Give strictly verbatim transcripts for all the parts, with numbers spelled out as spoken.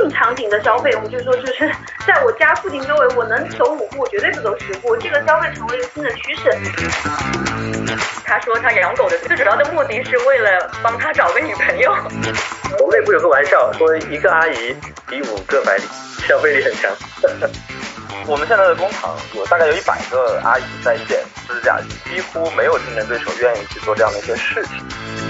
性场景的消费，我们就说就是在我家附近周围，我能走五步，我绝对不走十步。这个消费成为一个新的趋势。 他说他养狗的最主要的目的是为了帮他找个女朋友。 我们内部有个玩笑说，一个阿姨比五个百里，消费力很强。 我们现在的工厂有大概有一百个阿姨在线支架，几乎没有竞争对手愿意去做这样的一些事情。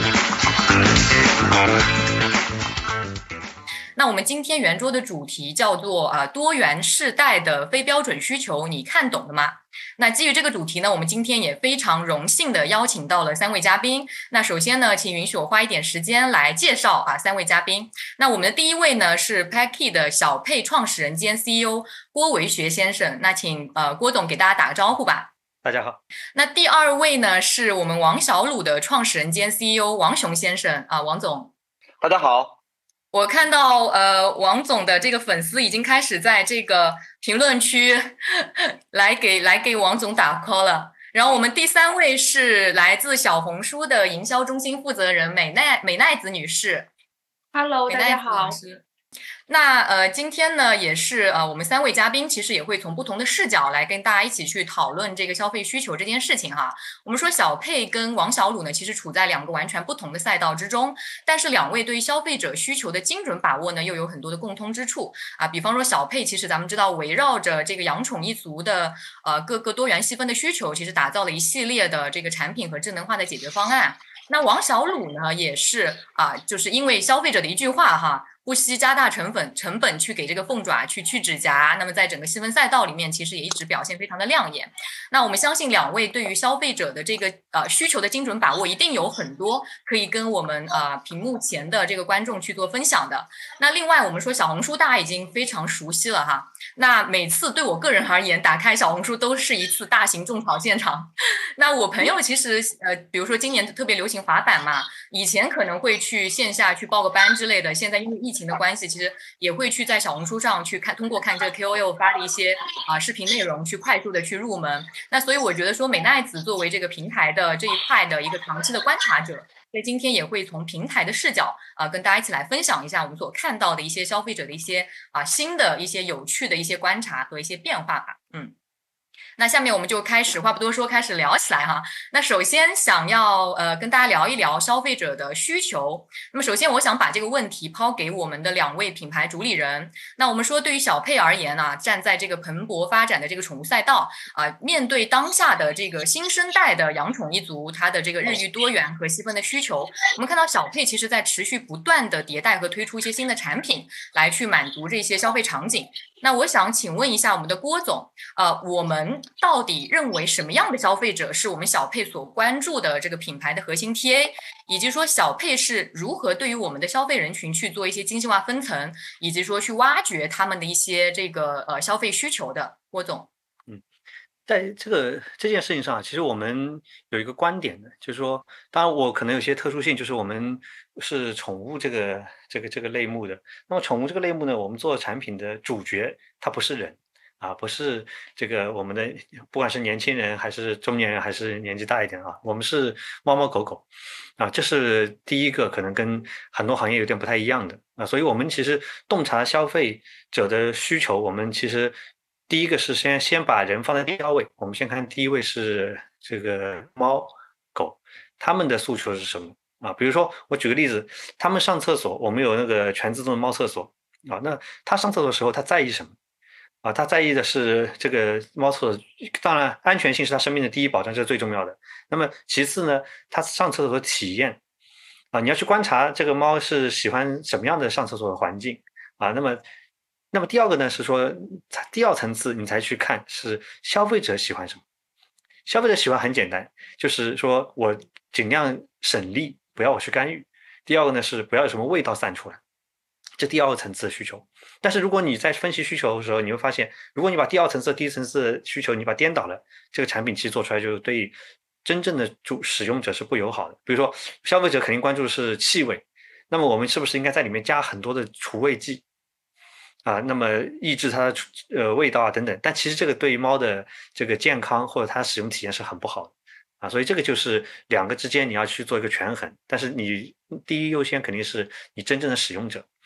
那我们今天圆桌的主题叫做啊、呃、多元世代的非标准需求，你看懂了吗？那基于这个主题呢，我们今天也非常荣幸的邀请到了三位嘉宾。那首先呢，请允许我花一点时间来介绍啊三位嘉宾。那我们的第一位呢是 Packy 的小佩创始人兼 C E O 郭维学先生。那请呃郭总给大家打个招呼吧。 大家好。 那第二位呢是我们王小鲁的创始人兼 C E O 王雄先生啊，王总。 大家好。 我看到呃王总的这个粉丝已经开始在这个评论区来给来给王总打 call 了。然后我们第三位是来自小红书的营销中心负责人美奈美奈子女士。 Hello， 大家好。 那呃，今天呢，也是呃，我们三位嘉宾其实也会从不同的视角来跟大家一起去讨论这个消费需求这件事情哈。我们说小佩跟王小鲁呢，其实处在两个完全不同的赛道之中，但是两位对于消费者需求的精准把握呢，又有很多的共通之处啊。比方说小佩，其实咱们知道围绕着这个养宠一族的呃各个多元细分的需求，其实打造了一系列的这个产品和智能化的解决方案。那王小鲁呢，也是啊，就是因为消费者的一句话哈。不惜加大成本成本去给这个凤爪去去指甲，那么在整个细分赛道里面，其实也一直表现非常的亮眼。那我们相信两位对于消费者的这个呃需求的精准把握，一定有很多可以跟我们呃屏幕前的这个观众去做分享的。那另外我们说小红书大家已经非常熟悉了哈，那每次对我个人而言，打开小红书都是一次大型种草现场。那我朋友其实呃，比如说今年特别流行滑板嘛，以前可能会去线下去报个班之类的，现在因为疫情的关系，其实也会去在小红书上去看，通过看这个 K O L 发的一些啊、呃、视频内容，去快速的去入门。那所以我觉得说美奈子作为这个平台的这一块的一个长期的观察者，所以今天也会从平台的视角啊、呃、跟大家一起来分享一下我们所看到的一些消费者的一些啊、呃、新的一些有趣的一些观察和一些变化吧。嗯。那下面我们就开始话不多说，开始聊起来哈。那首先想要呃跟大家聊一聊消费者的需求。那么首先我想把这个问题抛给我们的两位品牌主理人。那我们说对于小佩而言呢、啊，站在这个蓬勃发展的这个宠物赛道啊、呃，面对当下的这个新生代的养宠一族，它的这个日益多元和细分的需求，我们看到小佩其实在持续不断的迭代和推出一些新的产品，来去满足这些消费场景。那我想请问一下我们的郭总，呃，我们到底认为什么样的消费者是我们小佩所关注的这个品牌的核心 T A， 以及说小佩是如何对于我们的消费人群去做一些精细化分层，以及说去挖掘他们的一些这个呃消费需求的，郭总。 嗯，在这个这件事情上，其实我们有一个观点的，就是说，当然我可能有些特殊性，就是我们是宠物这个这个这个类目的。那么宠物这个类目呢，我们做产品的主角它不是人啊，不是这个我们的不管是年轻人还是中年人还是年纪大一点啊，我们是猫猫狗狗啊，这是第一个可能跟很多行业有点不太一样的啊，所以我们其实洞察消费者的需求，我们其实第一个是先先把人放在第二位，我们先看第一位是这个猫狗，他们的诉求是什么啊？比如说我举个例子，他们上厕所，我们有那个全自动的猫厕所啊，那他上厕所的时候他在意什么？啊，他在意的是这个猫厕所，当然安全性是他生命的第一保障，这是最重要的。那么其次呢，他上厕所的体验啊，你要去观察这个猫是喜欢什么样的上厕所的环境啊。那么，那么第二个呢是说，第二层次你才去看是消费者喜欢什么。消费者喜欢很简单，就是说我尽量省力，不要我去干预。第二个呢是不要有什么味道散出来。这第二个层次的需求，但是如果你在分析需求的时候，你会发现，如果你把第二层次、第一层次的需求你把颠倒了，这个产品其实做出来就对真正的主使用者是不友好的。比如说，消费者肯定关注的是气味，那么我们是不是应该在里面加很多的除味剂啊？那么抑制它的呃味道啊等等。但其实这个对于猫的这个健康或者它使用体验是很不好的。啊，所以这个就是两个之间你要去做一个权衡，但是你第一优先肯定是你真正的使用者。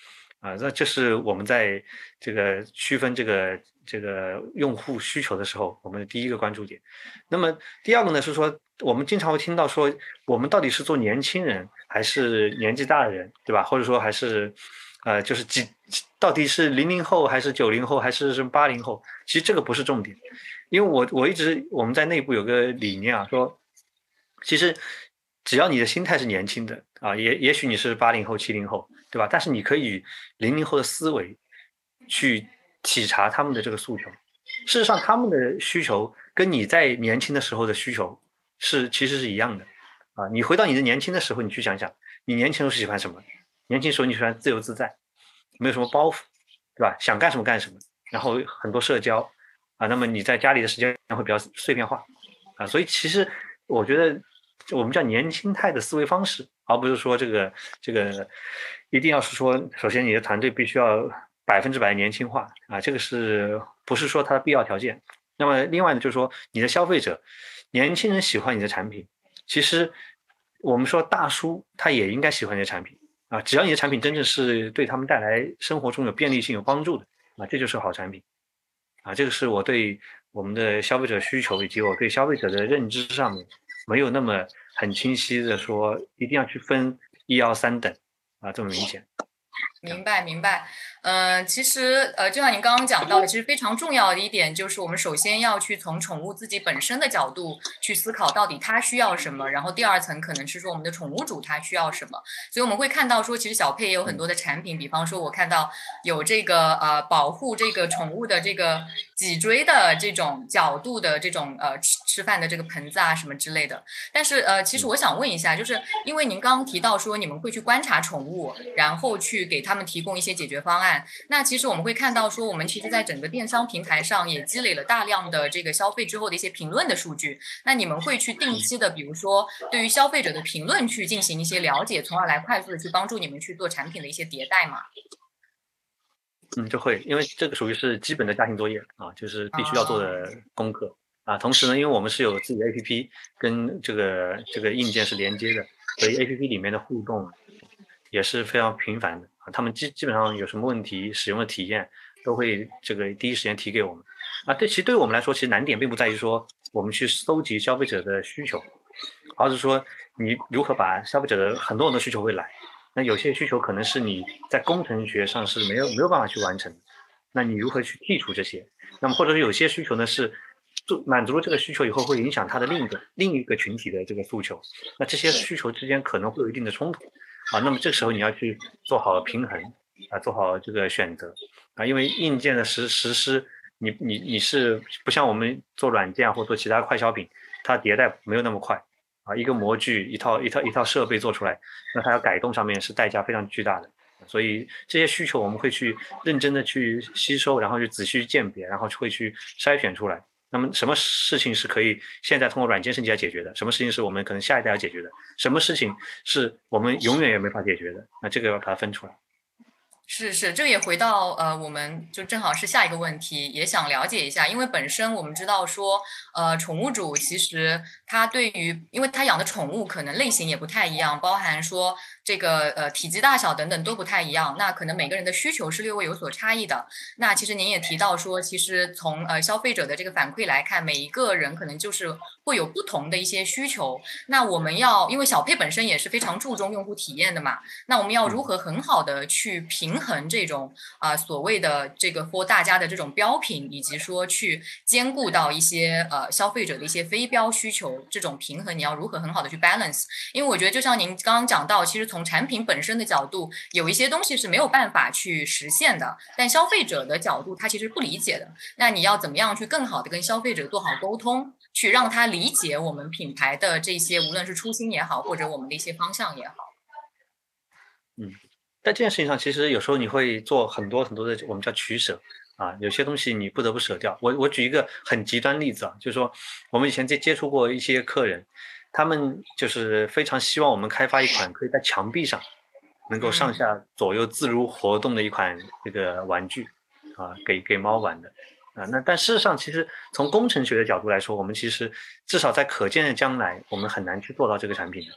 啊，那这是我们在这个区分这个这个用户需求的时候，我们的第一个关注点。那么第二个呢是说，我们经常会听到说，我们到底是做年轻人还是年纪大的人，对吧？或者说还是呃，就是几到底是零零后还是九零后还是什么八零后？其实这个不是重点，因为我我一直我们在内部有个理念啊，说其实只要你的心态是年轻的啊，也也许你是八零后、七零后。对吧？但是你可以以零零后的思维去体察他们的这个诉求。事实上，他们的需求跟你在年轻的时候的需求是其实是一样的啊。你回到你的年轻的时候，你去想想，你年轻时候是喜欢什么？年轻时候你喜欢自由自在，没有什么包袱，对吧？想干什么干什么，然后很多社交啊。那么你在家里的时间会比较碎片化啊。所以其实我觉得我们叫年轻态的思维方式，而不是说这个这个。一定要是说，首先你的团队必须要百分之百年轻化啊，这个是不是说它的必要条件？那么另外呢，就是说你的消费者，年轻人喜欢你的产品，其实我们说大叔他也应该喜欢你的产品啊，只要你的产品真正是对他们带来生活中有便利性、有帮助的啊，这就是好产品啊。这个是我对我们的消费者需求以及我对消费者的认知上面没有那么很清晰的说一定要去分一二三等。啊，这么明显。 明白明白，嗯、呃，其实呃，就像您刚刚讲到的，其实非常重要的一点就是，我们首先要去从宠物自己本身的角度去思考，到底它需要什么，然后第二层可能是说我们的宠物主他需要什么。所以我们会看到说，其实小佩也有很多的产品，比方说我看到有这个呃保护这个宠物的这个脊椎的这种角度的这种呃吃吃饭的这个盆子啊什么之类的。但是呃，其实我想问一下，就是因为您刚刚提到说你们会去观察宠物，然后去给他们提供一些解决方案。那其实我们会看到说，我们其实在整个电商平台上也积累了大量的这个消费之后的一些评论的数据。那你们会去定期的，比如说对于消费者的评论去进行一些了解，从而来快速的去帮助你们去做产品的一些迭代嘛？ 嗯，就会，因为这个属于是基本的家庭作业啊，就是必须要做的功课啊。同时呢，因为我们是有自己的 A P P 跟这个这个硬件是连接的，所以 A P P 里面的互动也是非常频繁的啊。他们基基本上有什么问题，使用的体验都会这个第一时间提给我们啊。对，其实对于我们来说，其实难点并不在于说我们去搜集消费者的需求，而是说你如何把消费者的很多很多需求会来。那有些需求可能是你在工程学上是没有没有办法去完成的，那你如何去剔除这些？那么或者是有些需求呢是满足了这个需求以后会影响它的另一个另一个群体的这个诉求，那这些需求之间可能会有一定的冲突啊。那么这个时候你要去做好平衡啊，做好这个选择啊，因为硬件的实实施，你你你是不像我们做软件或做其他快消品，它迭代没有那么快。啊，一个模具，一套一套一套设备做出来，那它要改动上面是代价非常巨大的，所以这些需求我们会去认真的去吸收，然后去仔细去鉴别，然后会去筛选出来。那么什么事情是可以现在通过软件升级来解决的？什么事情是我们可能下一代要解决的？什么事情是我们永远也没法解决的？那这个要把它分出来。 是是，这也回到呃，我们就正好是下一个问题，也想了解一下，因为本身我们知道说，呃，宠物主其实他对于，因为他养的宠物可能类型也不太一样，包含说这个呃体积大小等等都不太一样，那可能每个人的需求是略微有所差异的。那其实您也提到说，其实从呃消费者的这个反馈来看，每一个人可能就是会有不同的一些需求。那我们要，因为小佩本身也是非常注重用户体验的嘛，那我们要如何很好的去平衡这种啊、呃、所谓的这个或大家的这种标品，以及说去兼顾到一些呃消费者的一些非标需求，这种平衡你要如何很好的去 balance？ 因为我觉得就像您刚刚讲到，其实从产品本身的角度，有一些东西是没有办法去实现的，但消费者的角度他其实不理解的。那你要怎么样去更好的跟消费者做好沟通，去让他理解我们品牌的这些无论是初心也好，或者我们的一些方向也好。 嗯，在这件事情上，其实有时候你会做很多很多的我们叫取舍啊，有些东西你不得不舍掉。我我举一个很极端例子啊，就是说我们以前接接触过一些客人，他们就是非常希望我们开发一款可以在墙壁上能够上下左右自如活动的一款这个玩具啊，给给猫玩的啊。那但事实上，其实从工程学的角度来说，我们其实至少在可见的将来，我们很难去做到这个产品的。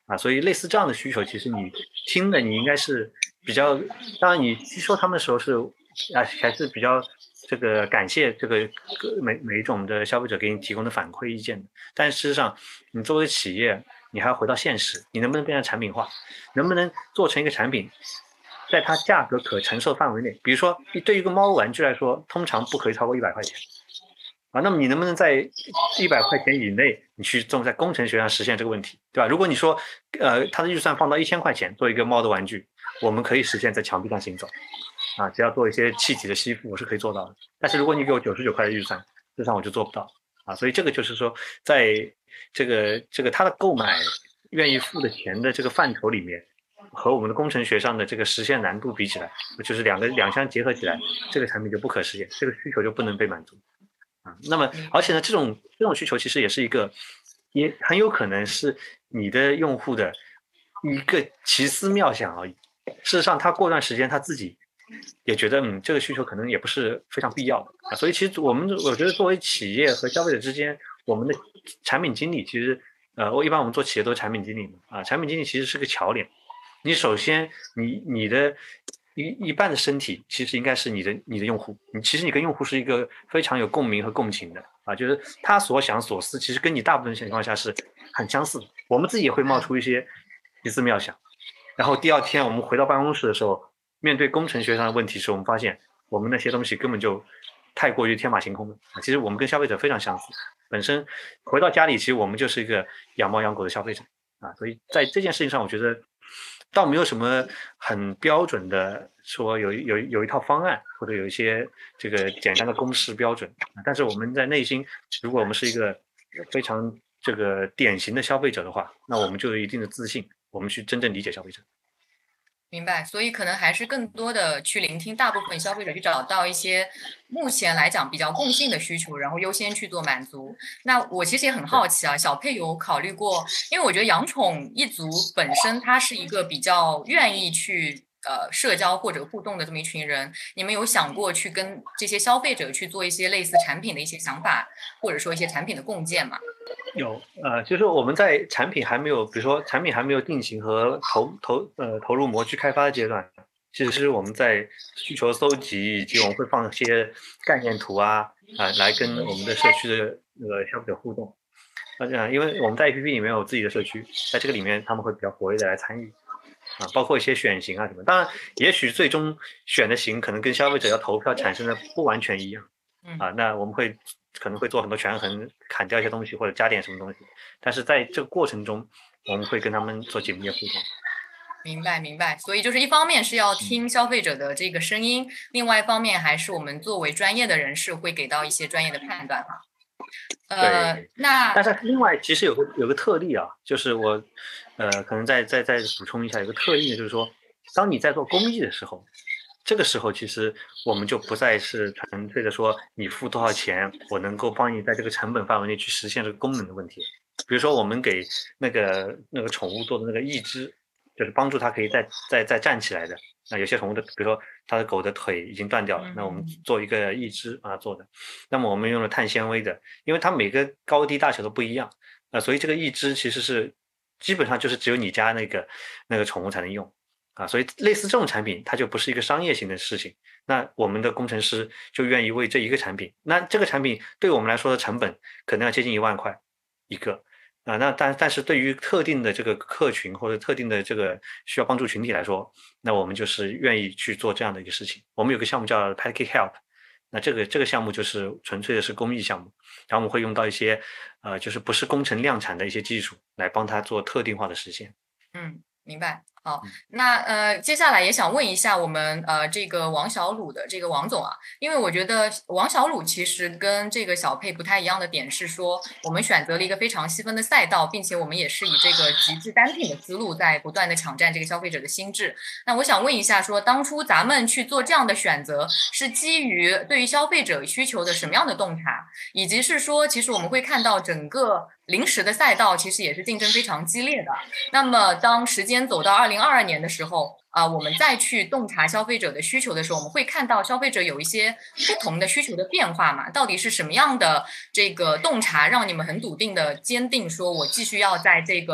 啊，所以类似这样的需求，其实你听的你应该是比较，当然你吸收他们的时候是啊还是比较这个感谢这个每每一种的消费者给你提供的反馈意见的，但事实上你作为企业，你还要回到现实，你能不能变成产品化，能不能做成一个产品，在它价格可承受范围内，比如说对于一个猫玩具来说，通常不可以超过一百块钱。啊，那么你能不能在一百块钱以内，你去重在工程学上实现这个问题，对吧？如果你说，呃，它的预算放到一千块钱做一个猫的玩具，我们可以实现在墙壁上行走，啊，只要做一些气体的吸附，我是可以做到的。但是如果你给我九十九块的预算，事实上我就做不到，啊，所以这个就是说，在这个这个他的购买愿意付的钱的这个范畴里面，和我们的工程学上的这个实现难度比起来，就是两个两相结合起来，这个产品就不可实现，这个需求就不能被满足。啊，那么而且呢，这种这种需求其实也是一个，也很有可能是你的用户的一个奇思妙想而已。事实上，他过段时间他自己也觉得，嗯，这个需求可能也不是非常必要的啊。所以，其实我们我觉得作为企业和消费者之间，我们的产品经理其实，呃，我一般我们做企业都是产品经理嘛，啊，产品经理其实是个桥梁。你首先，你你的。一一半的身体其实应该是你的你的用户，你其实你跟用户是一个非常有共鸣和共情的啊，就是他所想所思，其实跟你大部分情况下是很相似的。我们自己也会冒出一些奇思妙想，然后第二天我们回到办公室的时候，面对工程学上的问题时，我们发现我们那些东西根本就太过于天马行空了。其实我们跟消费者非常相似，本身回到家里，其实我们就是一个养猫养狗的消费者啊，所以在这件事情上，我觉得。倒没有什么很标准的说有有有一套方案或者有一些这个简单的公式标准，但是我们在内心，如果我们是一个非常这个典型的消费者的话，那我们就有一定的自信，我们去真正理解消费者。 明白，所以可能还是更多的去聆听大部分消费者，去找到一些目前来讲比较共性的需求，然后优先去做满足。那我其实也很好奇啊，小佩有考虑过，因为我觉得养宠一族本身它是一个比较愿意去呃社交或者互动的这么一群人，你们有想过去跟这些消费者去做一些类似产品的一些想法，或者说一些产品的共建吗？ 有，呃，就是我们在产品还没有，比如说产品还没有定型和投投呃投入模具开发的阶段，其实我们在需求搜集以及我们会放一些概念图啊啊、呃、来跟我们的社区的那个消费者互动。呃，因为我们在 A P P 里面有自己的社区，在这个里面他们会比较活跃的来参与啊，包括一些选型啊什么。当然，也许最终选的型可能跟消费者要投票产生的不完全一样啊，那我们会。可能会做很多权衡，砍掉一些东西或者加点什么东西，但是在这个过程中，我们会跟他们做紧密的互动。 明白明白，所以就是一方面是要听消费者的这个声音，另外一方面还是我们作为专业的人士会给到一些专业的判断哈。呃， 对， 那但是另外其实有个有个特例啊，就是我呃可能再再再补充一下，有个特例呢，就是说，当你在做公益的时候。这个时候，其实我们就不再是纯粹的说你付多少钱，我能够帮你在这个成本范围内去实现这个功能的问题。比如说，我们给那个那个宠物做的那个义肢，就是帮助它可以再再再站起来的。那有些宠物的，比如说它的狗的腿已经断掉了，那我们做一个义肢把它做的。那么我们用了碳纤维的，因为它每个高低大小都不一样，呃，所以这个义肢其实是基本上就是只有你家那个那个宠物才能用。啊，所以类似这种产品，它就不是一个商业型的事情。那我们的工程师就愿意为这一个产品，那这个产品对我们来说的成本可能要接近一万块一个啊。那但但是对于特定的这个客群或者特定的这个需要帮助群体来说，那我们就是愿意去做这样的一个事情。我们有个项目叫 Petcare Help， 那这个这个项目就是纯粹的是公益项目，然后我们会用到一些呃就是不是工程量产的一些技术来帮它做特定化的实现。 嗯，明白。好，那呃，接下来也想问一下我们呃这个王小鲁的这个王总啊，因为我觉得王小鲁其实跟这个小佩不太一样的点是说，我们选择了一个非常细分的赛道，并且我们也是以这个极致单品的思路在不断的抢占这个消费者的心智。那我想问一下说，当初咱们去做这样的选择，是基于对于消费者需求的什么样的洞察，以及是说，其实我们会看到整个零食的赛道其实也是竞争非常激烈的。那么当时间走到二零二二年的时候啊、呃，我们再去洞察消费者的需求的时候，我们会看到消费者有一些不同的需求的变化嘛？到底是什么样的这个洞察让你们很笃定的坚定说，我继续要在这个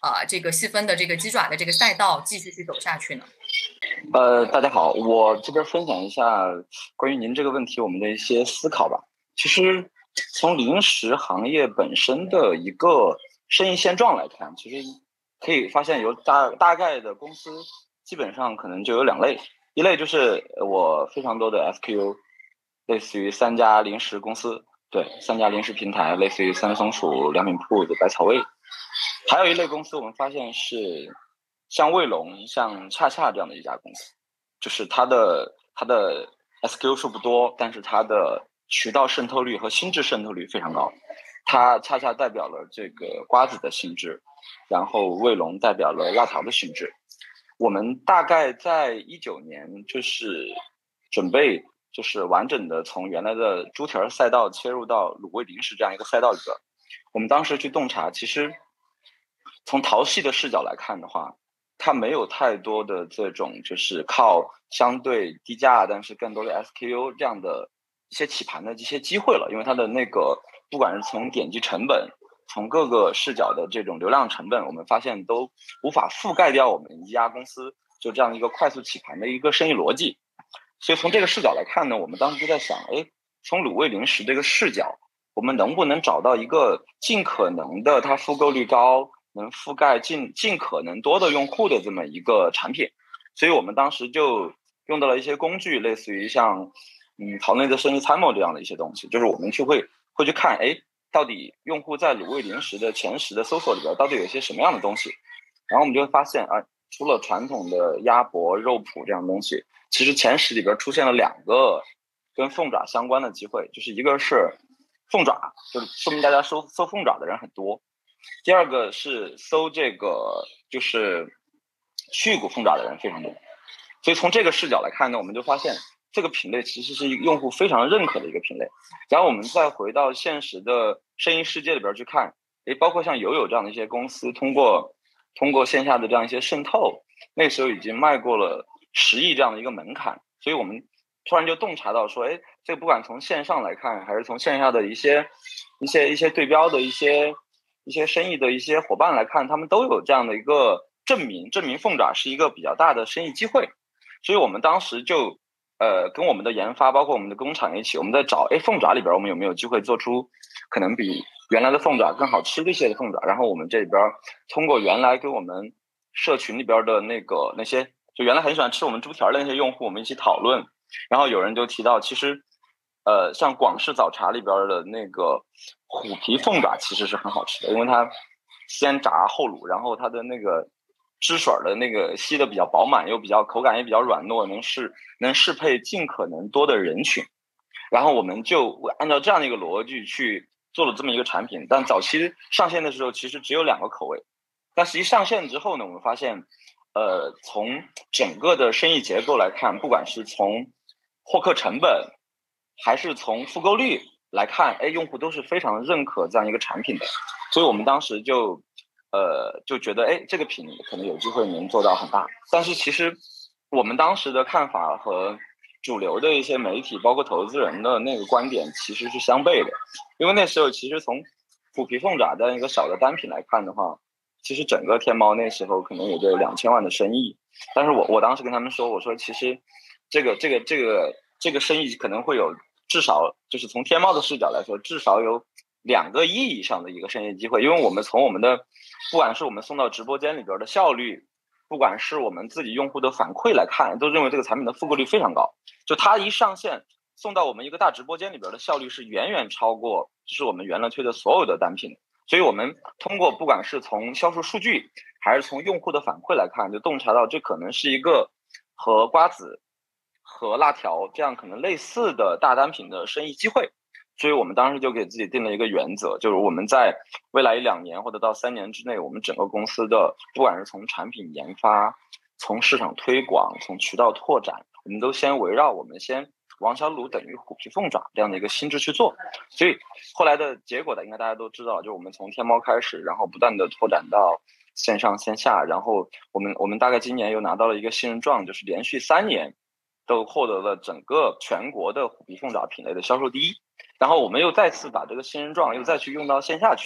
啊、呃、这个细分的这个鸡爪的这个赛道继续去走下去呢？ 呃，大家好，我这边分享一下关于您这个问题我们的一些思考吧。其实从零食行业本身的一个生意现状来看，其实可以发现有大大概的公司基本上可能就有两类，一类就是我非常多的 S K U， 类似于三家零食公司，对，三家零食平台，类似于三松鼠、良品铺子、百草味。还有一类公司我们发现是像卫龙、像恰恰这样的一家公司，就是它的它的 S K U 数不多，但是它的渠道渗透率和心智渗透率非常高。它恰恰代表了这个瓜子的心智，然后卫龙代表了辣条的心智。我们大概在一九年就是准备就是完整的从原来的猪蹄儿赛道切入到卤味零食这样一个赛道里边。我们当时去洞察，其实从淘系的视角来看的话，它没有太多的这种就是靠相对低价但是更多的 S K U 这样的一些起盘的一些机会了，因为它的那个不管是从点击成本，从各个视角的这种流量成本，我们发现都无法覆盖掉我们一家公司就这样一个快速起盘的一个生意逻辑。所以从这个视角来看呢，我们当时就在想，哎，从卤味零食这个视角，我们能不能找到一个尽可能的它复购率高，能覆盖尽尽可能多的用户的这么一个产品。所以我们当时就用到了一些工具，类似于像嗯淘内的生意参谋这样的一些东西，就是我们去会会去看，哎，到底用户在卤味零食的前十的搜索里边到底有一些什么样的东西。然后我们就会发现啊，除了传统的鸭脖、肉脯这样的东西，其实前十里边出现了两个跟凤爪相关的机会，就是一个是凤爪，就是说明大家搜搜凤爪的人很多。第二个是搜这个就是去骨凤爪的人非常多。所以从这个视角来看呢，我们就发现这个品类其实是用户非常认可的一个品类。然后我们再回到现实的生意世界里边去看，诶，包括像友友这样的一些公司，通过通过线下的这样一些渗透，那时候已经迈过了十亿这样的一个门槛。所以我们突然就洞察到说，哎，这个不管从线上来看，还是从线下的一些一些一些对标的一些一些生意的一些伙伴来看，他们都有这样的一个证明，证明凤爪是一个比较大的生意机会。所以我们当时就呃跟我们的研发，包括我们的工厂一起，我们在找，哎，凤爪里边我们有没有机会做出可能比原来的凤爪更好吃的一些的凤爪。然后我们这边通过原来跟我们社群里边的那个那些就原来很喜欢吃我们猪蹄儿的那些用户，我们一起讨论。然后有人就提到，其实呃像广式早茶里边的那个虎皮凤爪其实是很好吃的，因为它先炸后卤，然后它的那个汁水的那个吸的比较饱满，又比较口感也比较软糯，能适能适配尽可能多的人群。然后我们就按照这样的一个逻辑去做了这么一个产品。但早期上线的时候其实只有两个口味，但实际上线之后呢，我们发现呃从整个的生意结构来看，不管是从获客成本还是从复购率来看，哎，用户都是非常认可这样一个产品的。所以我们当时就呃，就觉得哎，这个品可能有机会能做到很大。但是其实我们当时的看法和主流的一些媒体，包括投资人的那个观点其实是相悖的。因为那时候其实从虎皮凤爪的一个小的单品来看的话，其实整个天猫那时候可能也就两千万的生意。但是我我当时跟他们说，我说其实这个这个这个这个生意可能会有至少就是从天猫的视角来说，至少有两个亿以上的一个生意机会。因为我们从我们的不管是我们送到直播间里边的效率，不管是我们自己用户的反馈来看，都认为这个产品的复购率非常高。就它一上线送到我们一个大直播间里边的效率是远远超过就是我们原来推的所有的单品。所以我们通过不管是从销售数据还是从用户的反馈来看，就洞察到这可能是一个和瓜子和辣条这样可能类似的大单品的生意机会。所以我们当时就给自己定了一个原则，就是我们在未来一两年或者到三年之内，我们整个公司的不管是从产品研发、从市场推广、从渠道拓展，我们都先围绕我们先王小卤等于虎皮凤爪这样的一个心智去做。所以后来的结果呢，应该大家都知道，就是我们从天猫开始，然后不断的拓展到线上线下，然后我们我们大概今年又拿到了一个信任状，就是连续三年都获得了整个全国的虎皮凤爪品类的销售第一。然后我们又再次把这个信任状又再去用到线下去，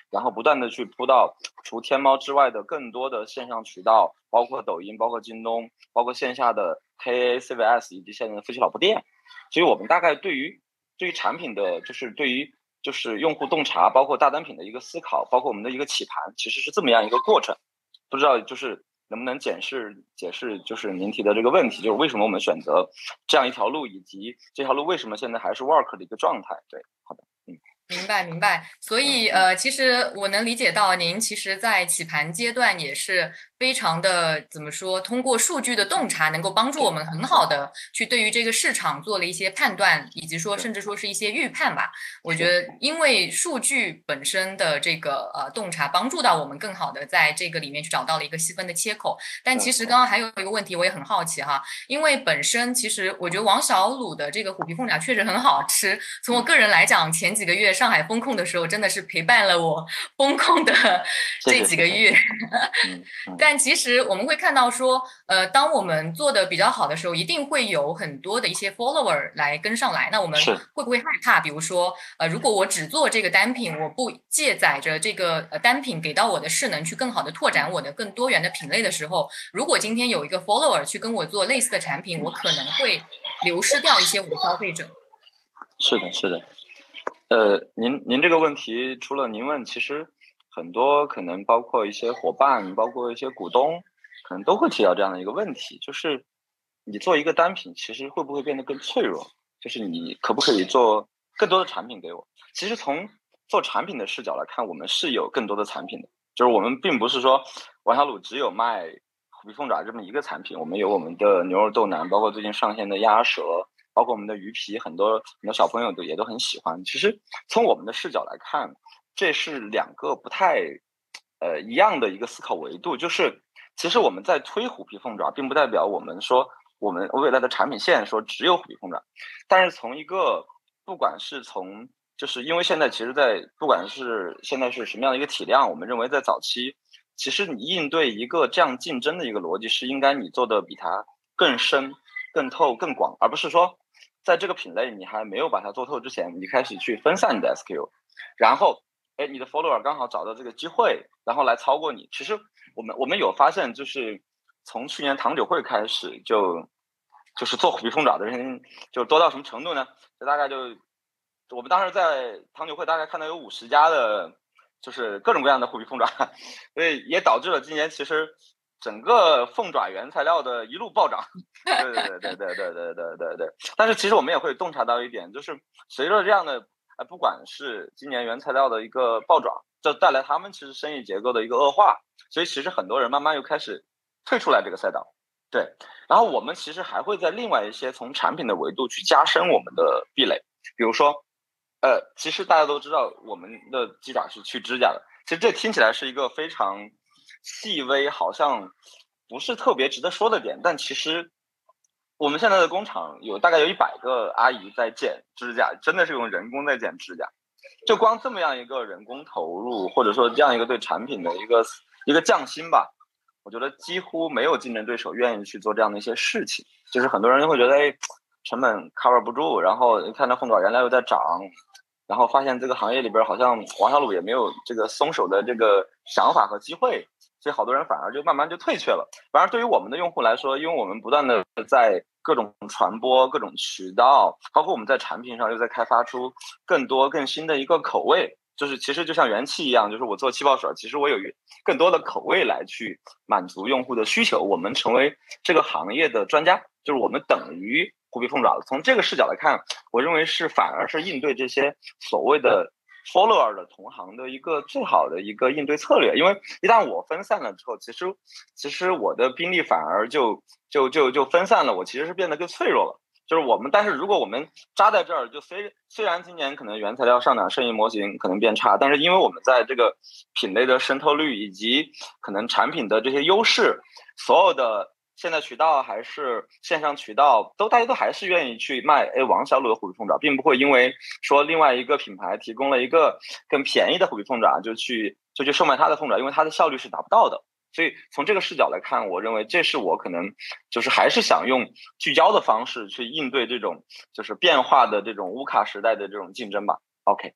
然后不断的去铺到除天猫之外的更多的线上渠道，包括抖音，包括京东，包括线下的 K A、C V S 以及现在的夫妻老婆店。所以我们大概对于对于产品的就是对于就是用户洞察，包括大单品的一个思考，包括我们的一个起盘，其实是这么样一个过程。不知道就是能不能解释解释就是您提的这个问题，就是为什么我们选择这样一条路，以及这条路为什么现在还是 work 的一个状态。对，好的，嗯。 明白明白，所以呃，其实我能理解到您其实在起盘阶段也是非常的怎么说，通过数据的洞察，能够帮助我们很好的去对于这个市场做了一些判断，以及说甚至说是一些预判吧。我觉得因为数据本身的这个呃洞察，帮助到我们更好的在这个里面去找到了一个细分的切口。但其实刚刚还有一个问题，我也很好奇哈，因为本身其实我觉得王小卤的这个虎皮凤爪确实很好吃，从我个人来讲，前几个月上海封控的时候，真的是陪伴了我封控的这几个月。但其实我们会看到说，呃，当我们做的比较好的时候，一定会有很多的一些 follower 来跟上来。那我们会不会害怕？比如说，呃，如果我只做这个单品，我不借载着这个呃单品给到我的势能去更好的拓展我的更多元的品类的时候，如果今天有一个 follower 去跟我做类似的产品，我可能会流失掉一些我的消费者。 是的，是的。呃，您您这个问题除了您问，其实很多可能包括一些伙伴，包括一些股东，可能都会提到这样的一个问题，就是你做一个单品，其实会不会变得更脆弱？就是你可不可以做更多的产品给我？其实从做产品的视角来看，我们是有更多的产品的，就是我们并不是说王小卤只有卖虎皮凤爪这么一个产品，我们有我们的牛肉豆腩，包括最近上线的鸭舌。包括我们的鱼皮，很多很多小朋友都也都很喜欢。其实从我们的视角来看，这是两个不太呃一样的一个思考维度。就是其实我们在推虎皮凤爪，并不代表我们说我们未来的产品线说只有虎皮凤爪，但是从一个不管是从就是因为现在其实在不管是现在是什么样的一个体量，我们认为在早期，其实你应对一个这样竞争的一个逻辑是应该你做的比它更深、更透、更广，而不是说。在这个品类你还没有把它做透之前，你开始去分散你的 S K U， 然后哎，你的 follower 刚好找到这个机会，然后来超过你。其实我们我们有发现，就是从去年糖酒会开始就就是做虎皮凤爪的人就多到什么程度呢？就大概就我们当时在糖酒会大概看到有五十家的，就是各种各样的虎皮凤爪，所以也导致了今年其实。整个凤爪原材料的一路暴涨，对对对对对对对对对对。但是其实我们也会洞察到一点，就是随着这样的，呃，不管是今年原材料的一个暴涨，就带来他们其实生意结构的一个恶化，所以其实很多人慢慢又开始退出来这个赛道。对，然后我们其实还会在另外一些从产品的维度去加深我们的壁垒，比如说，呃，其实大家都知道我们的鸡爪是去指甲的，其实这听起来是一个非常。细微好像不是特别值得说的点，但其实我们现在的工厂有大概有一百个阿姨在剪指甲，真的是用人工在剪指甲。就光这么样一个人工投入，或者说这样一个对产品的一个一个匠心吧，我觉得几乎没有竞争对手愿意去做这样的一些事情。就是很多人会觉得，哎，成本 cover 不住，然后一看到凤爪原来又在涨。然后发现这个行业里边好像王小卤也没有这个松手的这个想法和机会，所以好多人反而就慢慢就退却了。反而对于我们的用户来说，因为我们不断的在各种传播、各种渠道，包括我们在产品上又在开发出更多更新的一个口味，就是其实就像元气一样，就是我做气泡水，其实我有更多的口味来去满足用户的需求，我们成为这个行业的专家，就是我们等于虎皮凤爪了。从这个视角来看，我认为是反而是应对这些所谓的 follower 的同行的一个最好的一个应对策略。因为一旦我分散了之后，其实其实我的兵力反而就就就就分散了，我其实是变得更脆弱了。就是我们，但是如果我们扎在这儿，就虽虽然今年可能原材料上涨，生意模型可能变差，但是因为我们在这个品类的渗透率以及可能产品的这些优势，所有的现在渠道还是线上渠道，都大家都还是愿意去卖哎王小卤的虎皮凤爪，并不会因为说另外一个品牌提供了一个更便宜的虎皮凤爪就去就去售卖它的凤爪，因为它的效率是达不到的。所以从这个视角来看，我认为这是我可能就是还是想用聚焦的方式去应对这种就是变化的这种乌卡时代的这种竞争吧。OK。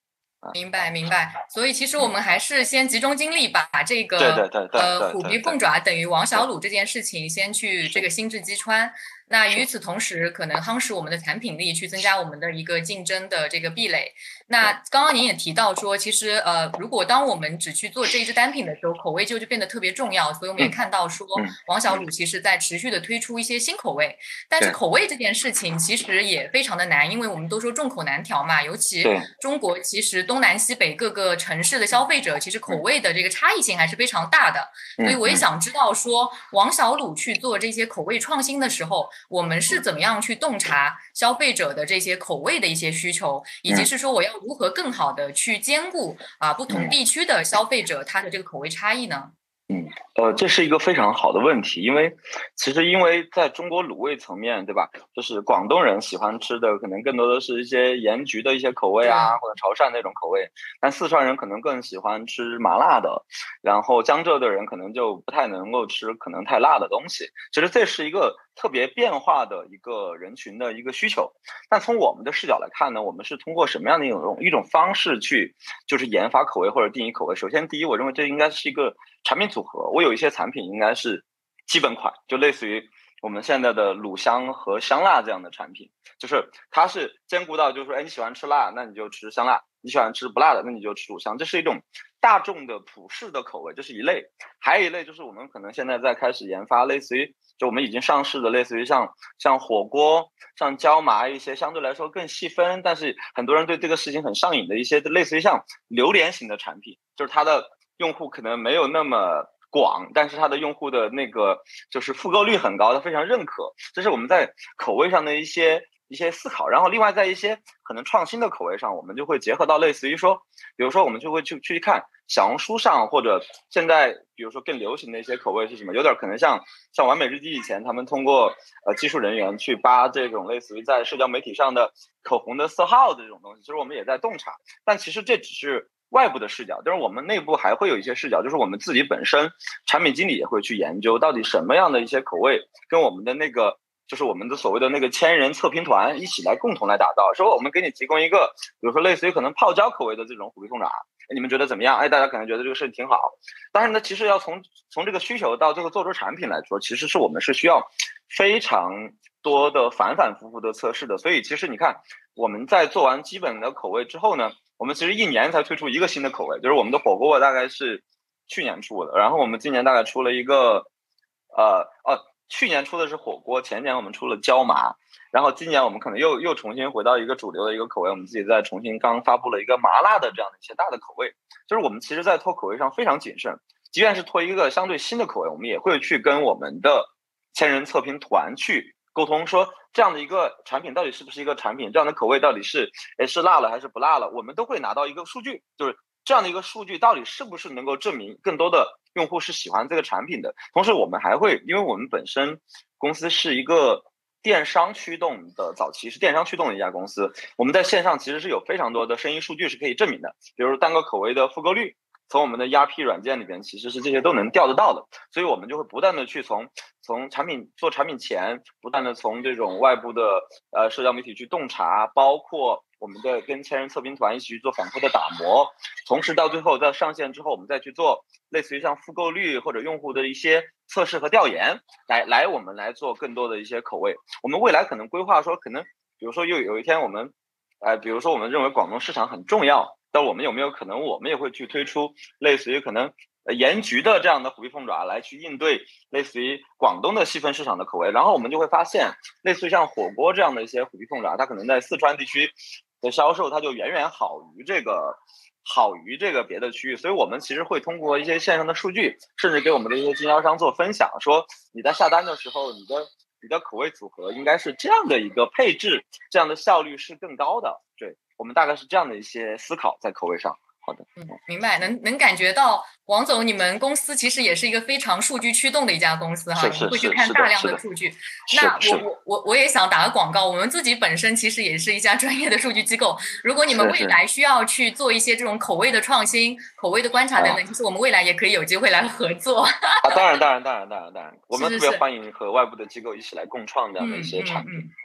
明白明白，所以其实我们还是先集中精力把这个对对对对呃虎皮凤爪等于王小卤这件事情先去这个心智击穿。那与此同时，可能夯实我们的产品力，去增加我们的一个竞争的这个壁垒。那刚刚您也提到说，其实呃，如果当我们只去做这一支单品的时候，口味就就变得特别重要。所以我们也看到说，王小卤其实在持续的推出一些新口味。但是口味这件事情其实也非常的难，因为我们都说众口难调嘛，尤其中国其实东南西北各个城市的消费者，其实口味的这个差异性还是非常大的。所以我也想知道说，王小卤去做这些口味创新的时候，我们是怎么样去洞察消费者的这些口味的一些需求，以及是说我要如何更好的去兼顾啊不同地区的消费者他的这个口味差异呢？ 嗯，呃，这是一个非常好的问题，因为其实因为在中国卤味层面，对吧？就是广东人喜欢吃的可能更多的是一些盐焗的一些口味啊，或者潮汕那种口味，但四川人可能更喜欢吃麻辣的，然后江浙的人可能就不太能够吃可能太辣的东西。其实这是一个特别变化的一个人群的一个需求。但从我们的视角来看呢，我们是通过什么样的一种一种方式去就是研发口味或者定义口味？首先，第一，我认为这应该是一个产品组合。我有一些产品应该是基本款，就类似于我们现在的卤香和香辣这样的产品，就是它是兼顾到，就是说，哎，你喜欢吃辣，那你就吃香辣；你喜欢吃不辣的，那你就吃卤香。这是一种大众的普世的口味，这是一类。还有一类就是我们可能现在在开始研发，类似于就我们已经上市的，类似于像像火锅、像椒麻一些相对来说更细分，但是很多人对这个事情很上瘾的一些，类似于像榴莲型的产品，就是它的用户可能没有那么广，但是它的用户的那个就是复购率很高，它非常认可。这是我们在口味上的一些一些思考。然后另外在一些可能创新的口味上，我们就会结合到类似于说，比如说我们就会去去看小红书上，或者现在比如说更流行的一些口味是什么，有点可能像像完美日记以前他们通过呃技术人员去扒这种类似于在社交媒体上的口红的色号的这种东西，其实我们也在洞察。但其实这只是外部的视角，但是我们内部还会有一些视角，就是我们自己本身产品经理也会去研究到底什么样的一些口味跟我们的那个就是我们的所谓的那个千人测评团一起来共同来打造，说我们给你提供一个比如说类似于可能泡椒口味的这种虎皮凤爪，你们觉得怎么样？哎，大家可能觉得这个事情挺好。但是呢，其实要从从这个需求到这个做出产品来说，其实是我们是需要非常多的反反复复的测试的。所以其实你看我们在做完基本的口味之后呢，我们其实一年才推出一个新的口味，就是我们的火锅大概是去年出的，然后我们今年大概出了一个呃哦去年出的是火锅，前年我们出了椒麻，然后今年我们可能又又重新回到一个主流的一个口味，我们自己再重新刚发布了一个麻辣的这样的一些大的口味。就是我们其实在拖口味上非常谨慎，即便是拖一个相对新的口味，我们也会去跟我们的千人测评团去沟通，说这样的一个产品到底是不是一个产品，这样的口味到底是诶是辣了还是不辣了，我们都会拿到一个数据，就是这样的一个数据到底是不是能够证明更多的用户是喜欢这个产品的。同时我们还会，因为我们本身公司是一个电商驱动的，早期是电商驱动的一家公司，我们在线上其实是有非常多的生意数据是可以证明的，比如单个口味的复购率，从我们的 E R P 软件里边其实是这些都能调得到的。所以我们就会不断的去从从产品做产品前，不断的从这种外部的呃社交媒体去洞察，包括我们的跟千人测评团一起去做反复的打磨，同时到最后在上线之后，我们再去做类似于像复购率或者用户的一些测试和调研，来来我们来做更多的一些口味。我们未来可能规划说，可能比如说又有一天我们呃比如说我们认为广东市场很重要，但我们有没有可能我们也会去推出类似于可能呃盐焗的这样的虎皮凤爪来去应对类似于广东的细分市场的口味。然后我们就会发现类似于像火锅这样的一些虎皮凤爪，它可能在四川地区的销售它就远远好于这个好于这个别的区域。所以我们其实会通过一些线上的数据，甚至给我们的一些经销商做分享，说你在下单的时候你的你的口味组合应该是这样的一个配置，这样的效率是更高的。对，我们大概是这样的一些思考在口味上。好的， 嗯，明白，能能感觉到王总，你们公司其实也是一个非常数据驱动的一家公司哈，你们会去看大量的数据。那我我我我也想打个广告，我们自己本身其实也是一家专业的数据机构。如果你们未来需要去做一些这种口味的创新、口味的观察等等，其实我们未来也可以有机会来合作。 啊，当然，当然，当然，当然，当然，我们特别欢迎和外部的机构一起来共创这样的一些产品。嗯嗯嗯、好的。 是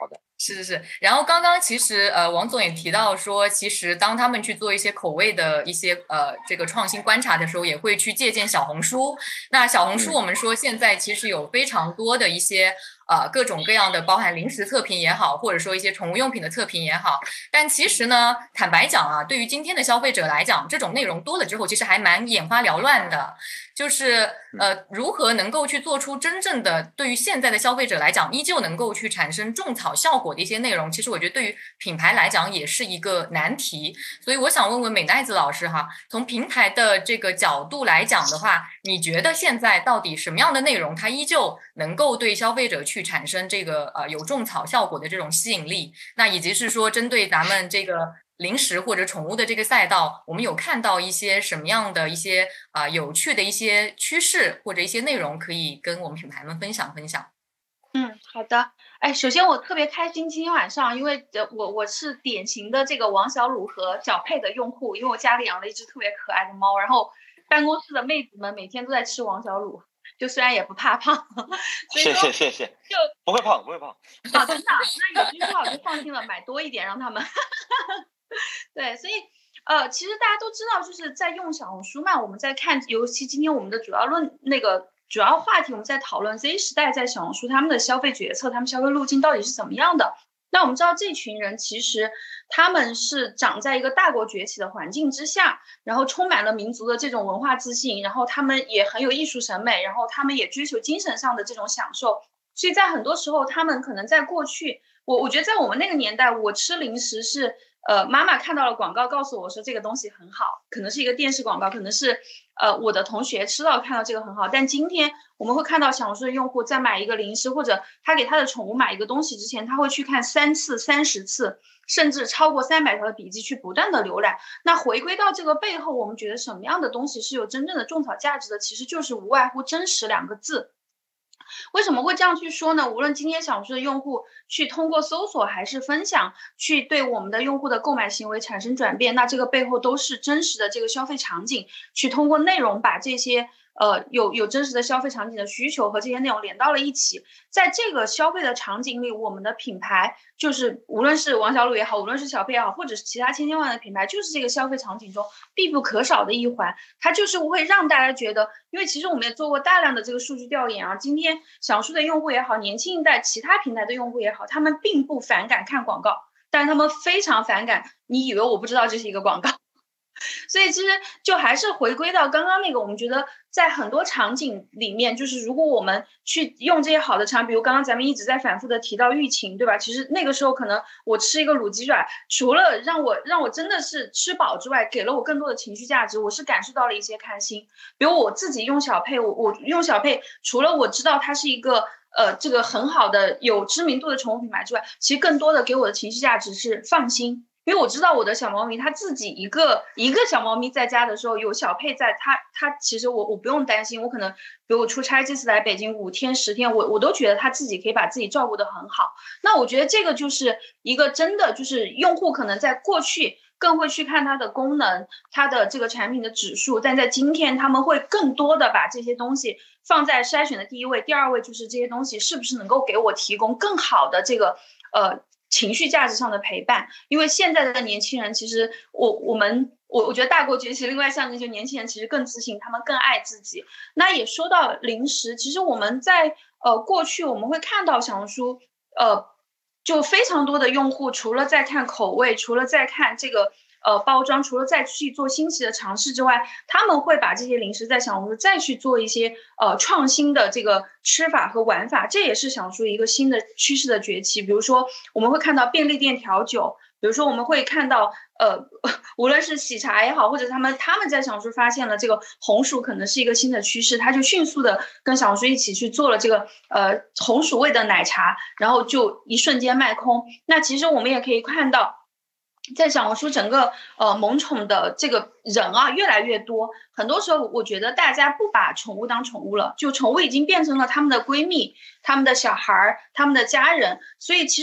是是是，然后刚刚其实呃，王总也提到说，其实当他们去做一些口味的一些呃这个创新观察的时候，也会去借鉴小红书。那小红书我们说现在其实有非常多的一些呃各种各样的，包含零食测评也好，或者说一些宠物用品的测评也好。但其实呢，坦白讲啊，对于今天的消费者来讲，这种内容多了之后，其实还蛮眼花缭乱的。就是呃，如何能够去做出真正的对于现在的消费者来讲，依旧能够去产生种草效果的一些内容，其实我觉得对于品牌来讲也是一个难题。所以我想问问美奈子老师哈，从平台的这个角度来讲的话，你觉得现在到底什么样的内容它依旧能够对消费者去产生这个呃有种草效果的这种吸引力？那以及是说针对咱们这个零食或者宠物的这个赛道，我们有看到一些什么样的一些啊、呃、有趣的一些趋势或者一些内容，可以跟我们品牌们分享分享？ 嗯，好的。哎，首先我特别开心今天晚上，因为呃我我是典型的这个王小鲁和小佩的用户，因为我家里养了一只特别可爱的猫，然后办公室的妹子们每天都在吃王小鲁，就虽然也不怕胖，所以说谢谢谢谢， 就不会胖不会胖。 啊，真的，那也就是说我就放心了，买多一点让他们。对，所以呃，其实大家都知道，就是在用小红书嘛，我们在看，尤其今天我们的主要论那个主要话题，我们在讨论 Z 时代在小红书他们的消费决策，他们消费路径到底是怎么样的。那我们知道这群人其实他们是长在一个大国崛起的环境之下，然后充满了民族的这种文化自信，然后他们也很有艺术审美，然后他们也追求精神上的这种享受，所以在很多时候他们可能在过去，我我觉得在我们那个年代，我吃零食是呃妈妈看到了广告告诉我说这个东西很好，可能是一个电视广告，可能是呃我的同学吃到看到这个很好，但今天我们会看到小红书的用户在买一个零食或者他给他的宠物买一个东西之前，他会去看三次三十次甚至超过三百条的笔记，去不断的浏览。那回归到这个背后，我们觉得什么样的东西是有真正的种草价值的，其实就是无外乎真实两个字。为什么会这样去说呢？无论今天小红书的用户去通过搜索还是分享，去对我们的用户的购买行为产生转变，那这个背后都是真实的这个消费场景，去通过内容把这些呃有有真实的消费场景的需求和这些内容连到了一起。在这个消费的场景里，我们的品牌就是无论是王小鲁也好，无论是小佩也好，或者是其他千千万的品牌，就是这个消费场景中必不可少的一环。它就是会让大家觉得，因为其实我们也做过大量的这个数据调研啊，今天小红书的用户也好，年轻一代其他平台的用户也好，他们并不反感看广告，但是他们非常反感你以为我不知道这是一个广告。所以其实就还是回归到刚刚那个，我们觉得在很多场景里面，就是如果我们去用这些好的场景，比如刚刚咱们一直在反复的提到疫情，对吧？其实那个时候可能我吃一个卤鸡爪，除了让我让我真的是吃饱之外，给了我更多的情绪价值，我是感受到了一些开心。比如我自己用小佩，我我用小佩，除了我知道它是一个呃这个很好的有知名度的宠物品牌之外，其实更多的给我的情绪价值是放心。因为我知道我的小猫咪，它自己一个一个小猫咪在家的时候，有小佩在，它它其实我我不用担心，我可能比如我出差这次来北京五天十天，我我都觉得它自己可以把自己照顾得很好。那我觉得这个就是一个真的就是用户可能在过去更会去看它的功能，它的这个产品的指数，但在今天他们会更多的把这些东西放在筛选的第一位，第二位就是这些东西是不是能够给我提供更好的这个呃。情绪价值上的陪伴。因为现在的年轻人其实我我们我我觉得大国崛起另外象征就年轻人其实更自信，他们更爱自己。那也说到零食，其实我们在呃过去我们会看到小红书呃就非常多的用户除了在看口味，除了在看这个呃包装，除了再去做新奇的尝试之外，他们会把这些零食在小红书再去做一些呃创新的这个吃法和玩法，这也是小红书一个新的趋势的崛起。比如说我们会看到便利店调酒，比如说我们会看到呃无论是喜茶也好，或者他们他们在小红书发现了这个红薯可能是一个新的趋势，他就迅速的跟小红书一起去做了这个呃红薯味的奶茶，然后就一瞬间卖空。那其实我们也可以看到在小红书整个呃萌宠的这个人啊越来越多，很多时候我觉得大家不把宠物当宠物了，就宠物已经变成了他们的闺蜜、他们的小孩、他们的家人。所以其实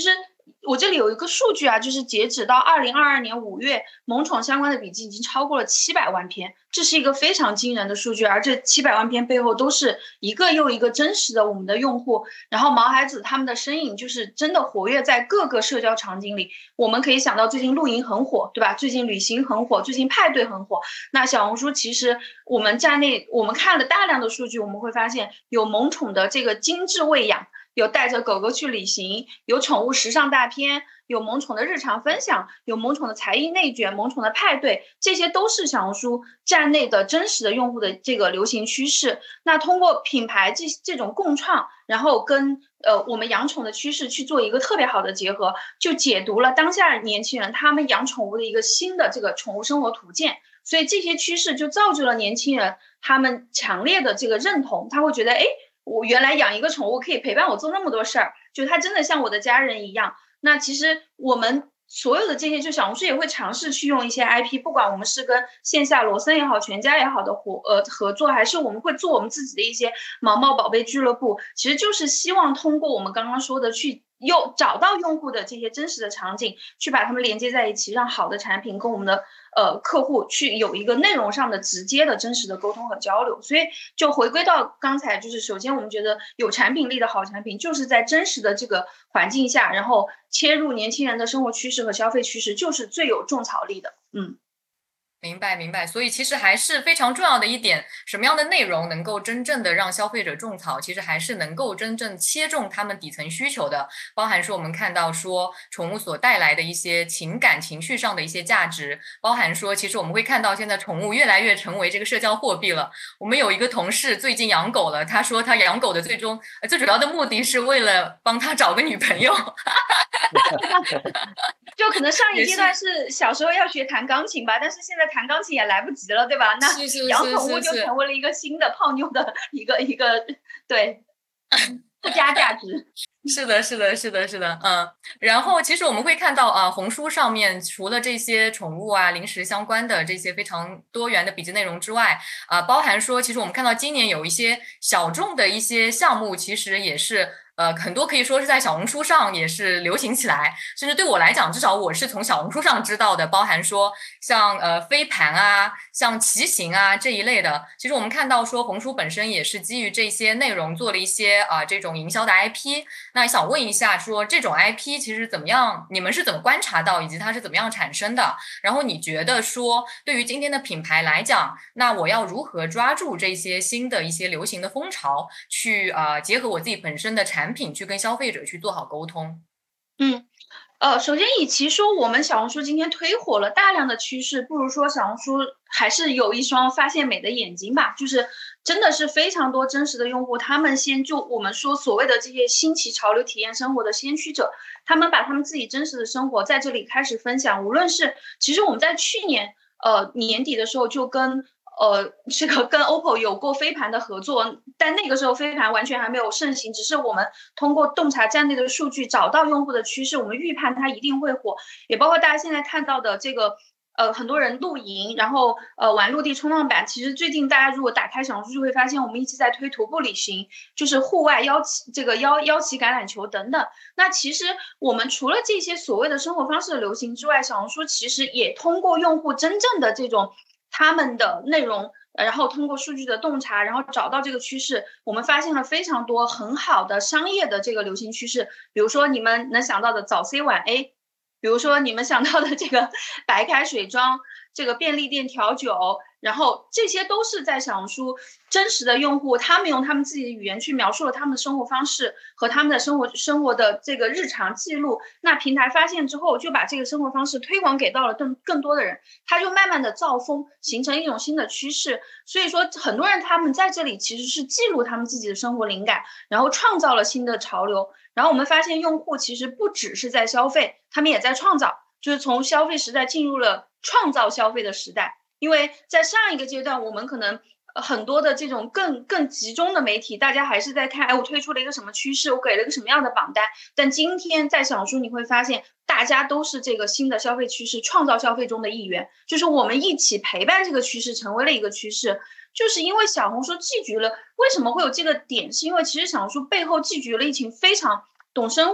我这里有一个数据啊，就是截止到二零二二年五月，萌宠相关的笔记已经超过了七百万篇，这是一个非常惊人的数据。而这七百万篇背后都是一个又一个真实的我们的用户，然后毛孩子他们的身影就是真的活跃在各个社交场景里。我们可以想到最近露营很火，对吧？最近旅行很火，最近派对很火。那小红书其实我们站内我们看了大量的数据，我们会发现有萌宠的这个精致喂养，有带着狗狗去旅行，有宠物时尚大片，有萌宠的日常分享，有萌宠的才艺内卷，萌宠的派对，这些都是小红书站内的真实的用户的这个流行趋势。那通过品牌这这种共创，然后跟呃我们养宠的趋势去做一个特别好的结合，就解读了当下年轻人他们养宠物的一个新的这个宠物生活图鉴。所以这些趋势就造就了年轻人他们强烈的这个认同，他会觉得哎，我原来养一个宠物可以陪伴我做那么多事儿，就它真的像我的家人一样。那其实我们所有的这些，就小红书也会尝试去用一些 I P， 不管我们是跟线下罗森也好，全家也好的合呃合作，还是我们会做我们自己的一些毛毛宝贝俱乐部，其实就是希望通过我们刚刚说的去又找到用户的这些真实的场景，去把它们连接在一起，让好的产品跟我们的呃客户去有一个内容上的直接的真实的沟通和交流。所以就回归到刚才，就是首先我们觉得有产品力的好产品，就是在真实的这个环境下，然后切入年轻人的生活趋势和消费趋势，就是最有种草力的。嗯。 明白明白，所以其实还是非常重要的一点，什么样的内容能够真正的让消费者种草，其实还是能够真正切中他们底层需求的，包含说我们看到说宠物所带来的一些情感情绪上的一些价值，包含说其实我们会看到现在宠物越来越成为这个社交货币了。我们有一个同事最近养狗了，他说他养狗的最终最主要的目的是为了帮他找个女朋友。 就可能上一阶段是小时候要学弹钢琴吧，但是现在弹钢琴也来不及了，对吧？那养宠物就成为了一个新的泡妞的一个一个对附加价值。 是的，是的，是的，是的，嗯。然后其实我们会看到啊，红书上面除了这些宠物啊、零食相关的这些非常多元的笔记内容之外，啊，包含说，其实我们看到今年有一些小众的一些项目，其实也是。呃，很多可以说是在小红书上也是流行起来，甚至对我来讲，至少我是从小红书上知道的，包含说像呃飞盘啊、像骑行啊这一类的。其实我们看到说红书本身也是基于这些内容做了一些啊、呃、这种营销的 I P。那想问一下，说这种 I P 其实怎么样？你们是怎么观察到，以及它是怎么样产生的？然后你觉得说，对于今天的品牌来讲，那我要如何抓住这些新的一些流行的风潮，去啊、呃、结合我自己本身的产品。产品去跟消费者去做好沟通。 嗯，呃，首先与其说我们小红书今天推火了大量的趋势，不如说小红书还是有一双发现美的眼睛吧。就是真的是非常多真实的用户，他们先就我们说所谓的这些新奇潮流体验生活的先驱者，他们把他们自己真实的生活在这里开始分享。无论是其实我们在去年呃年底的时候就跟。呃，这个跟 O P P O 有过飞盘的合作，但那个时候飞盘完全还没有盛行，只是我们通过洞察站内的数据找到用户的趋势，我们预判它一定会火，也包括大家现在看到的这个呃很多人露营，然后呃玩陆地冲浪板。其实最近大家如果打开小红书就会发现，我们一直在推徒步旅行，就是户外腰旗这个腰腰旗橄榄球等等。那其实我们除了这些所谓的生活方式的流行之外，小红书其实也通过用户真正的这种。他们的内容，然后通过数据的洞察，然后找到这个趋势，我们发现了非常多很好的商业的这个流行趋势。比如说你们能想到的早 C 晚 A， 比如说你们想到的这个白开水装，这个便利店调酒，然后这些都是在小红书真实的用户，他们用他们自己的语言去描述了他们的生活方式和他们的生活生活的这个日常记录。那平台发现之后，就把这个生活方式推广给到了更更多的人，他就慢慢的造风，形成一种新的趋势。所以说，很多人他们在这里其实是记录他们自己的生活灵感，然后创造了新的潮流。然后我们发现，用户其实不只是在消费，他们也在创造，就是从消费时代进入了创造消费的时代。因为在上一个阶段，我们可能很多的这种更更集中的媒体，大家还是在看，哎，我推出了一个什么趋势，我给了一个什么样的榜单。但今天在小红书你会发现，大家都是这个新的消费趋势创造消费中的一员，就是我们一起陪伴这个趋势成为了一个趋势。就是因为小红书聚集了，为什么会有这个点？是因为其实小红书背后聚集了一群非常懂生活，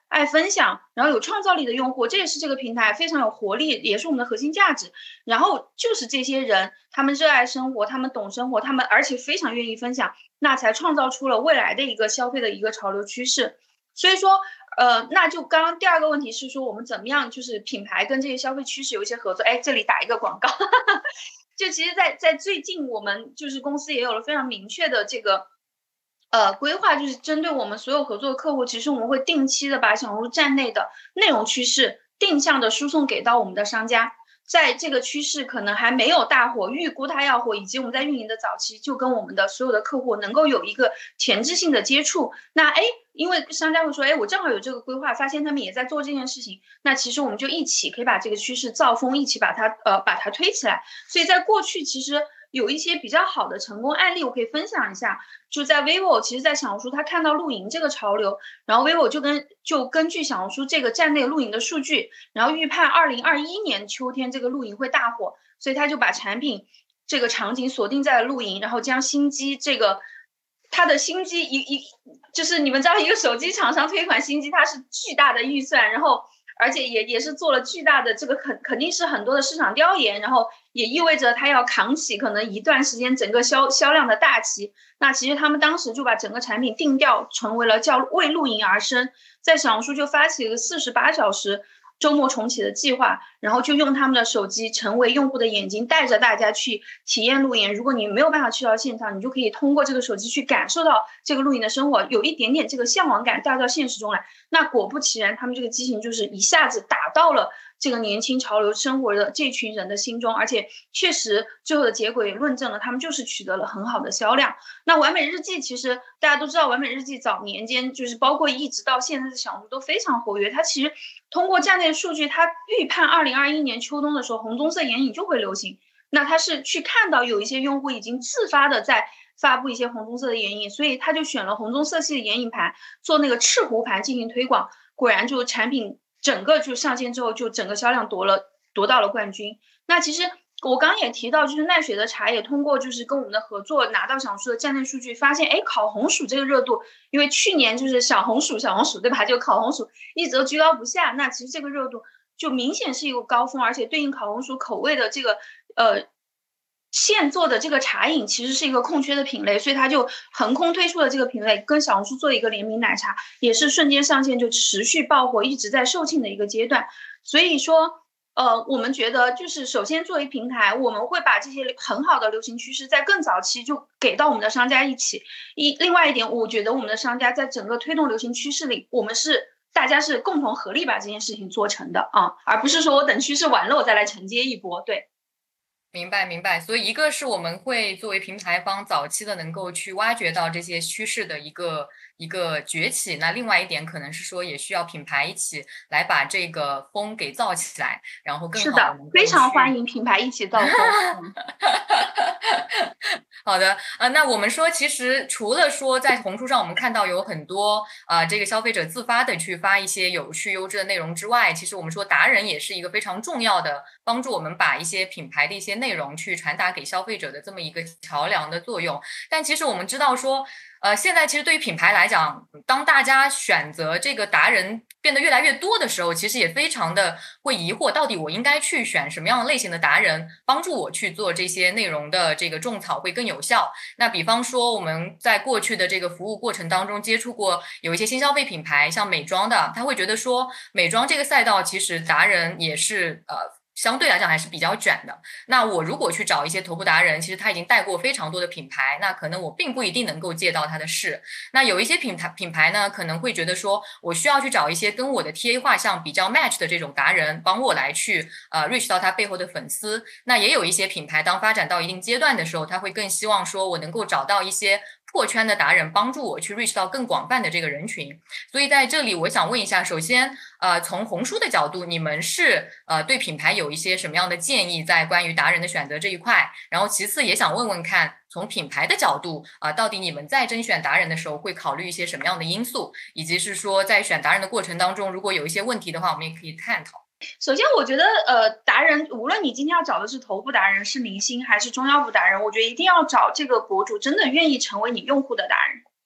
爱分享，然后有创造力的用户，这也是这个平台非常有活力，也是我们的核心价值。然后就是这些人，他们热爱生活，他们懂生活，他们而且非常愿意分享，那才创造出了未来的一个消费的一个潮流趋势。所以说呃，那就刚刚第二个问题是说我们怎么样就是品牌跟这些消费趋势有一些合作。哎，这里打一个广告就其实在在最近我们就是公司也有了非常明确的这个呃规划，就是针对我们所有合作的客户，其实我们会定期的把小红书站内的内容趋势定向的输送给到我们的商家。在这个趋势可能还没有大火，预估它要火，以及我们在运营的早期就跟我们的所有的客户能够有一个前置性的接触。那哎，因为商家会说，哎，我正好有这个规划，发现他们也在做这件事情，那其实我们就一起可以把这个趋势造风，一起把它呃把它推起来。所以在过去其实有一些比较好的成功案例，我可以分享一下。就在 vivo， 其实在小红书他看到露营这个潮流，然后 vivo 就跟就根据小红书这个站内露营的数据，然后预判二零二一年秋天这个露营会大火，所以他就把产品这个场景锁定在了露营，然后将新机这个它的新机一一就是你们知道一个手机厂商推一款新机，它是巨大的预算，然后而且也也是做了巨大的这个肯肯定是很多的市场调研，然后也意味着它要扛起可能一段时间整个销销量的大旗。那其实他们当时就把整个产品定调成为了叫为露营而生，在小红书就发起了个四十八小时周末重启的计划，然后就用他们的手机成为用户的眼睛，带着大家去体验露营。如果你没有办法去到现场，你就可以通过这个手机去感受到这个露营的生活，有一点点这个向往感带到现实中来。那果不其然，他们这个机型就是一下子打到了这个年轻潮流生活的这群人的心中，而且确实最后的结果也论证了他们就是取得了很好的销量。那完美日记其实大家都知道，完美日记早年间就是包括一直到现在的小红书都非常活跃，它其实通过站内数据，它预判二零二一年秋冬的时候红棕色眼影就会流行，那它是去看到有一些用户已经自发的在发布一些红棕色的眼影，所以他就选了红棕色系的眼影盘做那个赤湖盘进行推广，果然就产品整个就上线之后就整个销量夺了夺到了冠军。那其实我刚刚也提到，就是奈雪的茶也通过就是跟我们的合作拿到小红书的站内数据，发现哎，烤红薯这个热度，因为去年就是小红薯小红薯对吧，就烤红薯一直都居高不下，那其实这个热度就明显是一个高峰，而且对应烤红薯口味的这个呃现做的这个茶饮其实是一个空缺的品类，所以他就横空推出了这个品类，跟小红书做一个联名奶茶，也是瞬间上线就持续爆火，一直在售罄的一个阶段。所以说呃，我们觉得就是首先作为平台，我们会把这些很好的流行趋势在更早期就给到我们的商家一起。一另外一点，我觉得我们的商家在整个推动流行趋势里，我们是大家是共同合力把这件事情做成的啊，而不是说我等趋势完了我再来承接一波。对。 明白明白，所以一个是我们会作为平台方早期的能够去挖掘到这些趋势的一个一个崛起，那另外一点可能是说也需要品牌一起来把这个风给造起来，然后更好是的，非常欢迎品牌一起造风。 好的，呃，那我们说，其实除了说在红书上我们看到有很多啊、呃，这个消费者自发的去发一些有趣优质的内容之外，其实我们说达人也是一个非常重要的帮助我们把一些品牌的一些内容去传达给消费者的这么一个桥梁的作用。但其实我们知道说，呃，现在其实对于品牌来讲，当大家选择这个达人变得越来越多的时候，其实也非常的会疑惑，到底我应该去选什么样类型的达人，帮助我去做这些内容的这个种草会更有效。那比方说我们在过去的这个服务过程当中接触过有一些新消费品牌，像美妆的，他会觉得说美妆这个赛道其实达人也是呃相对来讲还是比较卷的。那我如果去找一些头部达人，其实他已经带过非常多的品牌，那可能我并不一定能够借到他的势。那有一些品牌品牌呢，可能会觉得说我需要去找一些跟我的 T A 画像比较 match 的这种达人，帮我来去呃 reach 到他背后的粉丝。那也有一些品牌当发展到一定阶段的时候，他会更希望说我能够找到一些破圈的达人，帮助我去 reach 到更广泛的这个人群。所以在这里我想问一下，首先呃从红书的角度，你们是呃对品牌有一些什么样的建议在关于达人的选择这一块？然后其次也想问问看，从品牌的角度啊、呃，到底你们在甄选达人的时候会考虑一些什么样的因素，以及是说在选达人的过程当中，如果有一些问题的话，我们也可以探讨。 首先我觉得呃，达人无论你今天要找的是头部达人，是明星还是中腰部达人，我觉得一定要找这个博主真的愿意成为你用户的达人。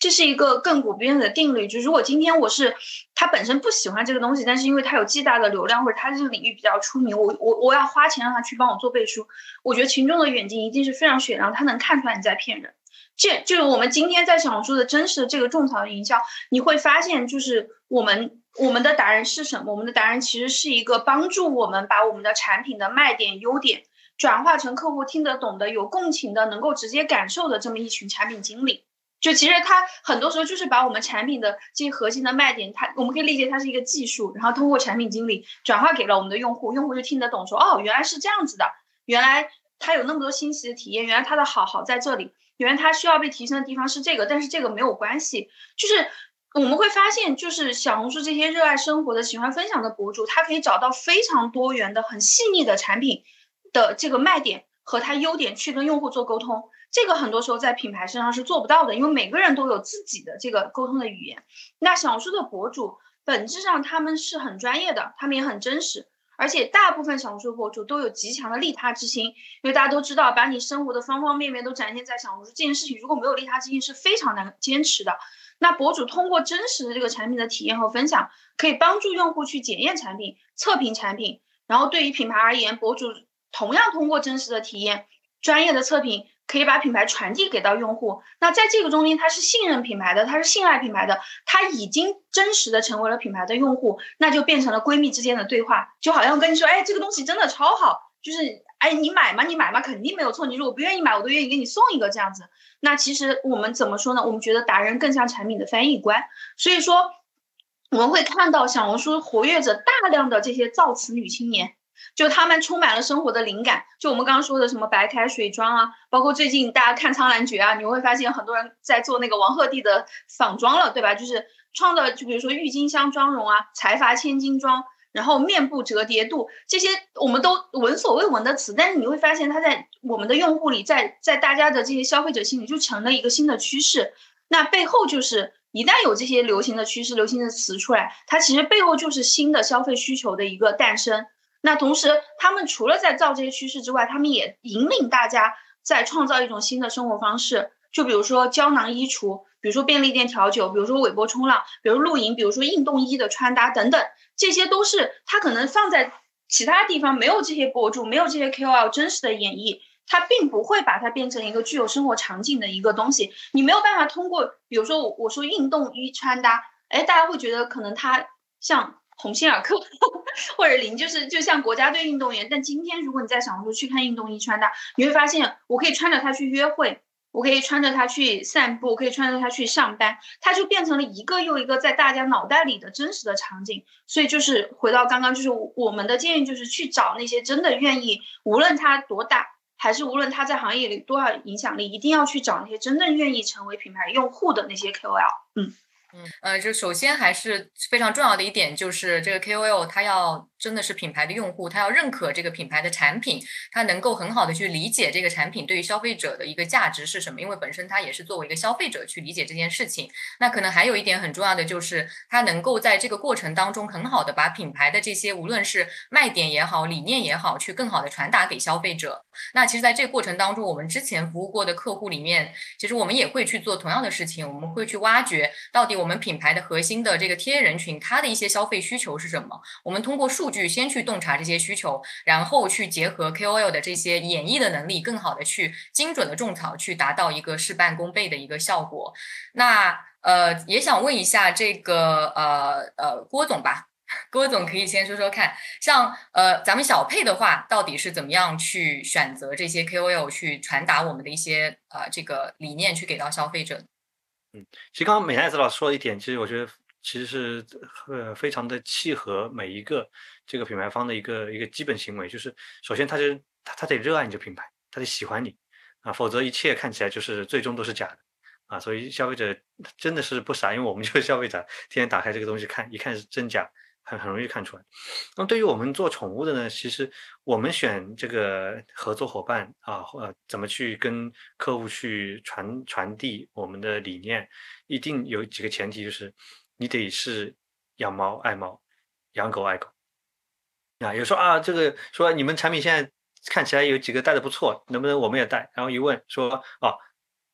这是一个亘古不变的定律，就如果今天我是他本身不喜欢这个东西，但是因为他有极大的流量或者他这个领域比较出名，我我我要花钱让他去帮我做背书，我觉得群众的远近一定是非常雪亮，他能看出来你在骗人。这就是我们今天在小红书的真实的这个种草的营销，你会发现就是我们我们的达人是什么？我们的达人其实是一个帮助我们把我们的产品的卖点、优点转化成客户听得懂的、有共情的、能够直接感受的这么一群产品经理。就其实它很多时候就是把我们产品的这些核心的卖点，它我们可以理解它是一个技术，然后通过产品经理转化给了我们的用户，用户就听得懂说，哦，原来是这样子的，原来它有那么多新奇的体验，原来它的好好在这里，原来它需要被提升的地方是这个，但是这个没有关系。就是我们会发现，就是小红书这些热爱生活的、喜欢分享的博主，他可以找到非常多元的、很细腻的产品的这个卖点和它优点去跟用户做沟通。这个很多时候在品牌身上是做不到的，因为每个人都有自己的这个沟通的语言。那小红书的博主本质上他们是很专业的，他们也很真实，而且大部分小红书博主都有极强的利他之心，因为大家都知道把你生活的方方面面都展现在小红书这件事情，如果没有利他之心是非常难坚持的。那博主通过真实的这个产品的体验和分享，可以帮助用户去检验产品、测评产品，然后对于品牌而言，博主同样通过真实的体验、专业的测评，可以把品牌传递给到用户。那在这个中间，他是信任品牌的，他是信赖品牌的，他已经真实的成为了品牌的用户，那就变成了闺蜜之间的对话，就好像跟你说，哎，这个东西真的超好，就是哎，你买吗？你买吗？肯定没有错，你如果不愿意买，我都愿意给你送一个这样子。那其实我们怎么说呢？我们觉得达人更像产品的翻译官，所以说我们会看到小红书活跃着大量的这些造词女青年。就他们充满了生活的灵感，就我们刚刚说的什么白开水妆啊，包括最近大家看苍兰诀啊，你会发现很多人在做那个王鹤棣的仿妆了，对吧？就是创的，就比如说郁金香妆容啊，财阀千金妆，然后面部折叠度，这些我们都闻所未闻的词，但是你会发现它在我们的用户里，在在大家的这些消费者心里就成了一个新的趋势。那背后就是一旦有这些流行的趋势、流行的词出来，它其实背后就是新的消费需求的一个诞生。那同时他们除了在造这些趋势之外，他们也引领大家在创造一种新的生活方式，就比如说胶囊衣橱，比如说便利店调酒，比如说尾波冲浪，比如露营，比如说运动衣的穿搭等等，这些都是他可能放在其他地方没有这些博主，没有这些 K O L 真实的演绎，他并不会把它变成一个具有生活场景的一个东西。你没有办法通过比如说我说运动衣穿搭，哎，大家会觉得可能他像鸿星尔克或者林，就是就像国家队运动员。但今天如果你在小红书去看运动衣穿搭，你会发现我可以穿着它去约会，我可以穿着它去散步，我可以穿着它去上班，它就变成了一个又一个在大家脑袋里的真实的场景。所以就是回到刚刚，就是我们的建议就是去找那些真的愿意，无论他多大，还是无论他在行业里多少影响力，一定要去找那些真正愿意成为品牌用户的那些 K O L。 嗯嗯，呃，就首先还是非常重要的一点，就是这个 K O L 他要真的是品牌的用户，他要认可这个品牌的产品，他能够很好的去理解这个产品对于消费者的一个价值是什么，因为本身他也是作为一个消费者去理解这件事情。那可能还有一点很重要的就是，他能够在这个过程当中很好的把品牌的这些无论是卖点也好、理念也好，去更好的传达给消费者。那其实在这个过程当中，我们之前服务过的客户里面，其实我们也会去做同样的事情，我们会去挖掘到底我们品牌的核心的这个 T A 人群，它的一些消费需求是什么。我们通过数据先去洞察这些需求，然后去结合 K O L 的这些演绎的能力，更好的去精准的种草，去达到一个事半功倍的一个效果。那呃，也想问一下这个呃呃郭总吧。郭总可以先说说看，像呃咱们小配的话，到底是怎么样去选择这些 K O L 去传达我们的一些呃这个理念去给到消费者？ 嗯，其实刚刚美奈子老师说的一点，其实我觉得其实是呃非常的契合每一个这个品牌方的一个一个基本行为，就是首先他就他他得热爱你这品牌，他得喜欢你啊，否则一切看起来就是最终都是假的啊。所以消费者真的是不傻，因为我们就是消费者，天天打开这个东西看，一看是真假。很很容易看出来。那对于我们做宠物的呢，其实我们选这个合作伙伴啊，呃，怎么去跟客户去传传递我们的理念，一定有几个前提，就是你得是养猫爱猫，养狗爱狗。啊，有时候啊，这个说你们产品现在看起来有几个带的不错，能不能我们也带？然后一问说，哦，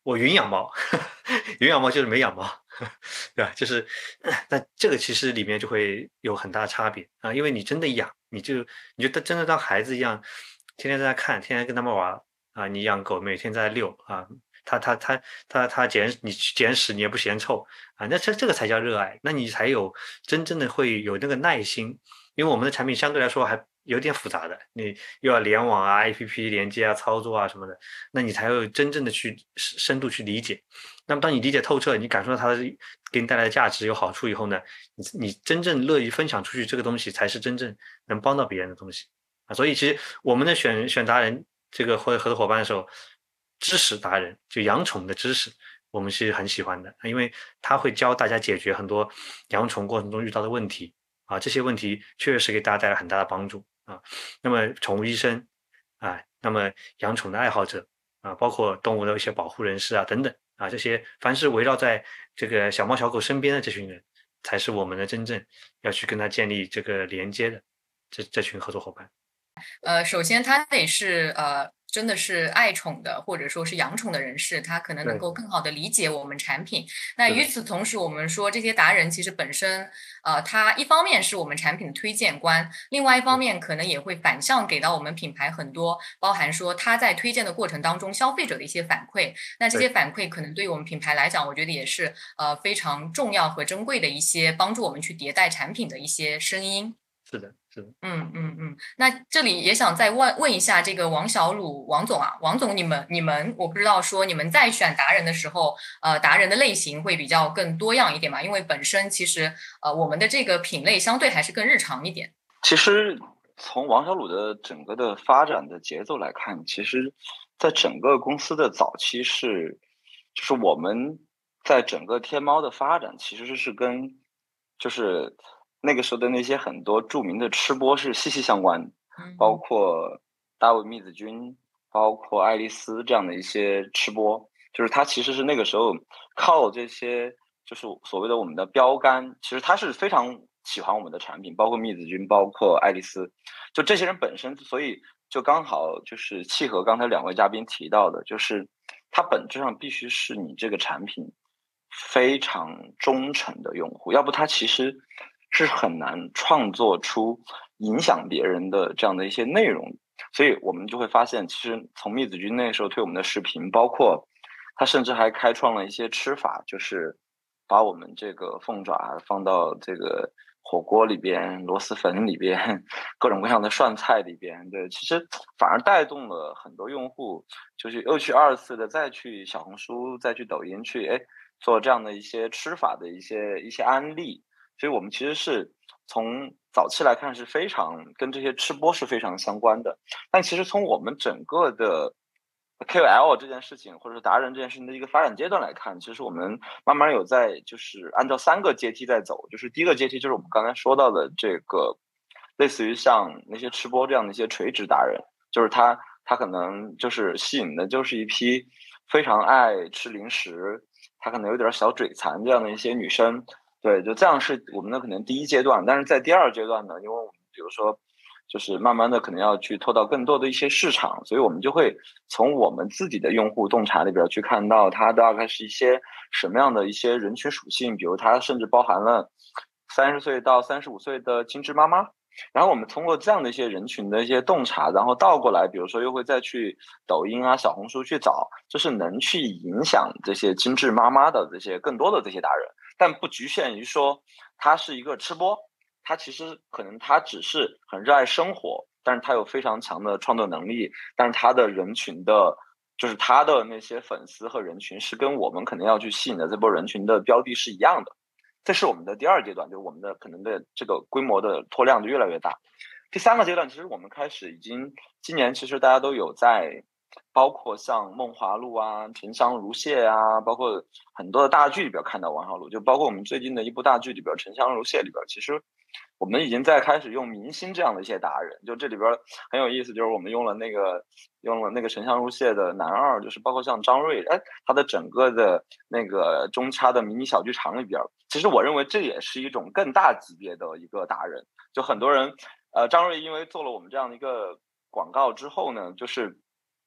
我云养猫，云养猫就是没养猫，对吧？就是，那这个其实里面就会有很大差别啊，因为你真的养，你就你就当真的当孩子一样，天天在那看，天天跟他们玩啊。你养狗，每天在遛啊，它它它它它捡你捡屎，你也不嫌臭啊，那这这个才叫热爱，那你才有真正的会有那个耐心，因为我们的产品相对来说还有点复杂的，你又要联网啊、A P P 连接啊、操作啊什么的，那你才有真正的去深度去理解。那么当你理解透彻，你感受到它给你带来的价值有好处以后呢，你你真正乐于分享出去，这个东西才是真正能帮到别人的东西啊。所以其实我们的选选达人这个或者合作伙伴的时候，知识达人就养宠的知识，我们是很喜欢的，因为他会教大家解决很多养宠过程中遇到的问题啊，这些问题确实是给大家带来很大的帮助啊。那么宠物医生啊，那么养宠的爱好者啊，包括动物的一些保护人士啊等等啊，这些凡是围绕在这个小猫小狗身边的这群人，才是我们的真正要去跟他建立这个连接的这这群合作伙伴。 呃，首先他得是呃，真的是爱宠的，或者说是养宠的人士，他可能能够更好的理解我们产品。那与此同时，我们说这些达人其实本身，呃，他一方面是我们产品的推荐官，另外一方面可能也会反向给到我们品牌很多，包含说他在推荐的过程当中消费者的一些反馈。那这些反馈可能对于我们品牌来讲，我觉得也是呃非常重要和珍贵的一些帮助我们去迭代产品的一些声音。 是的，是的， 嗯嗯嗯，那这里也想再问问一下这个王小鲁王总啊，王总，你们你们我不知道说你们在选达人的时候，呃，达人的类型会比较更多样一点嘛？因为本身其实呃我们的这个品类相对还是更日常一点。 其实从王小鲁的整个的发展的节奏来看，其实在整个公司的早期是，就是我们在整个天猫的发展其实是跟就是那个时候的那些很多著名的吃播是息息相关的，包括大卫密子君，包括爱丽丝这样的一些吃播，就是他其实是那个时候靠这些就是所谓的我们的标杆，其实他是非常喜欢我们的产品，包括密子君，包括爱丽丝，就这些人本身，所以就刚好就是契合刚才两位嘉宾提到的，就是它本质上必须是你这个产品非常忠诚的用户，要不它其实是很难创作出影响别人的这样的一些内容。所以我们就会发现，其实从密子君那时候推我们的视频，包括他甚至还开创了一些吃法，就是把我们这个凤爪放到这个火锅里边、螺蛳粉里边、各种各样的涮菜里边。对，其实反而带动了很多用户，就是又去二次的再去小红书、再去抖音去哎做这样的一些吃法的一些一些案例。所以我们其实是从早期来看是非常跟这些吃播是非常相关的，但其实从我们整个的 K O L 这件事情，或者是达人这件事情的一个发展阶段来看，其实我们慢慢有在就是按照三个阶梯在走。就是第一个阶梯就是我们刚才说到的这个，类似于像那些吃播这样的一些垂直达人，就是他他可能就是吸引的就是一批非常爱吃零食，他可能有点小嘴馋这样的一些女生。对，就这样是我们的可能第一阶段。但是在第二阶段呢，因为我们比如说就是慢慢的可能要去透到更多的一些市场，所以我们就会从我们自己的用户洞察里边去看到它大概是一些什么样的一些人群属性，比如它甚至包含了三十岁到三十五岁的精致妈妈。然后我们通过这样的一些人群的一些洞察，然后倒过来，比如说又会再去抖音啊、小红书去找，就是能去影响这些精致妈妈的这些更多的这些达人，但不局限于说他是一个吃播，他其实可能他只是很热爱生活，但是他有非常强的创作能力，但是他的人群的，就是他的那些粉丝和人群是跟我们可能要去吸引的这波人群的标的是一样的。这是我们的第二阶段，就是我们的可能的这个规模的托量就越来越大。第三个阶段，其实我们开始已经今年其实大家都有在，包括像梦华录啊、沉香如屑啊，包括很多的大剧里边看到王小鲁，就包括我们最近的一部大剧里边沉香如屑里边，其实我们已经在开始用明星这样的一些达人。就这里边很有意思，就是我们用了那个用了那个沉香如屑的男二，就是包括像张瑞，哎，他的整个的那个中差的迷你小剧场里边，其实我认为这也是一种更大级别的一个达人。就很多人呃，张瑞因为做了我们这样的一个广告之后呢，就是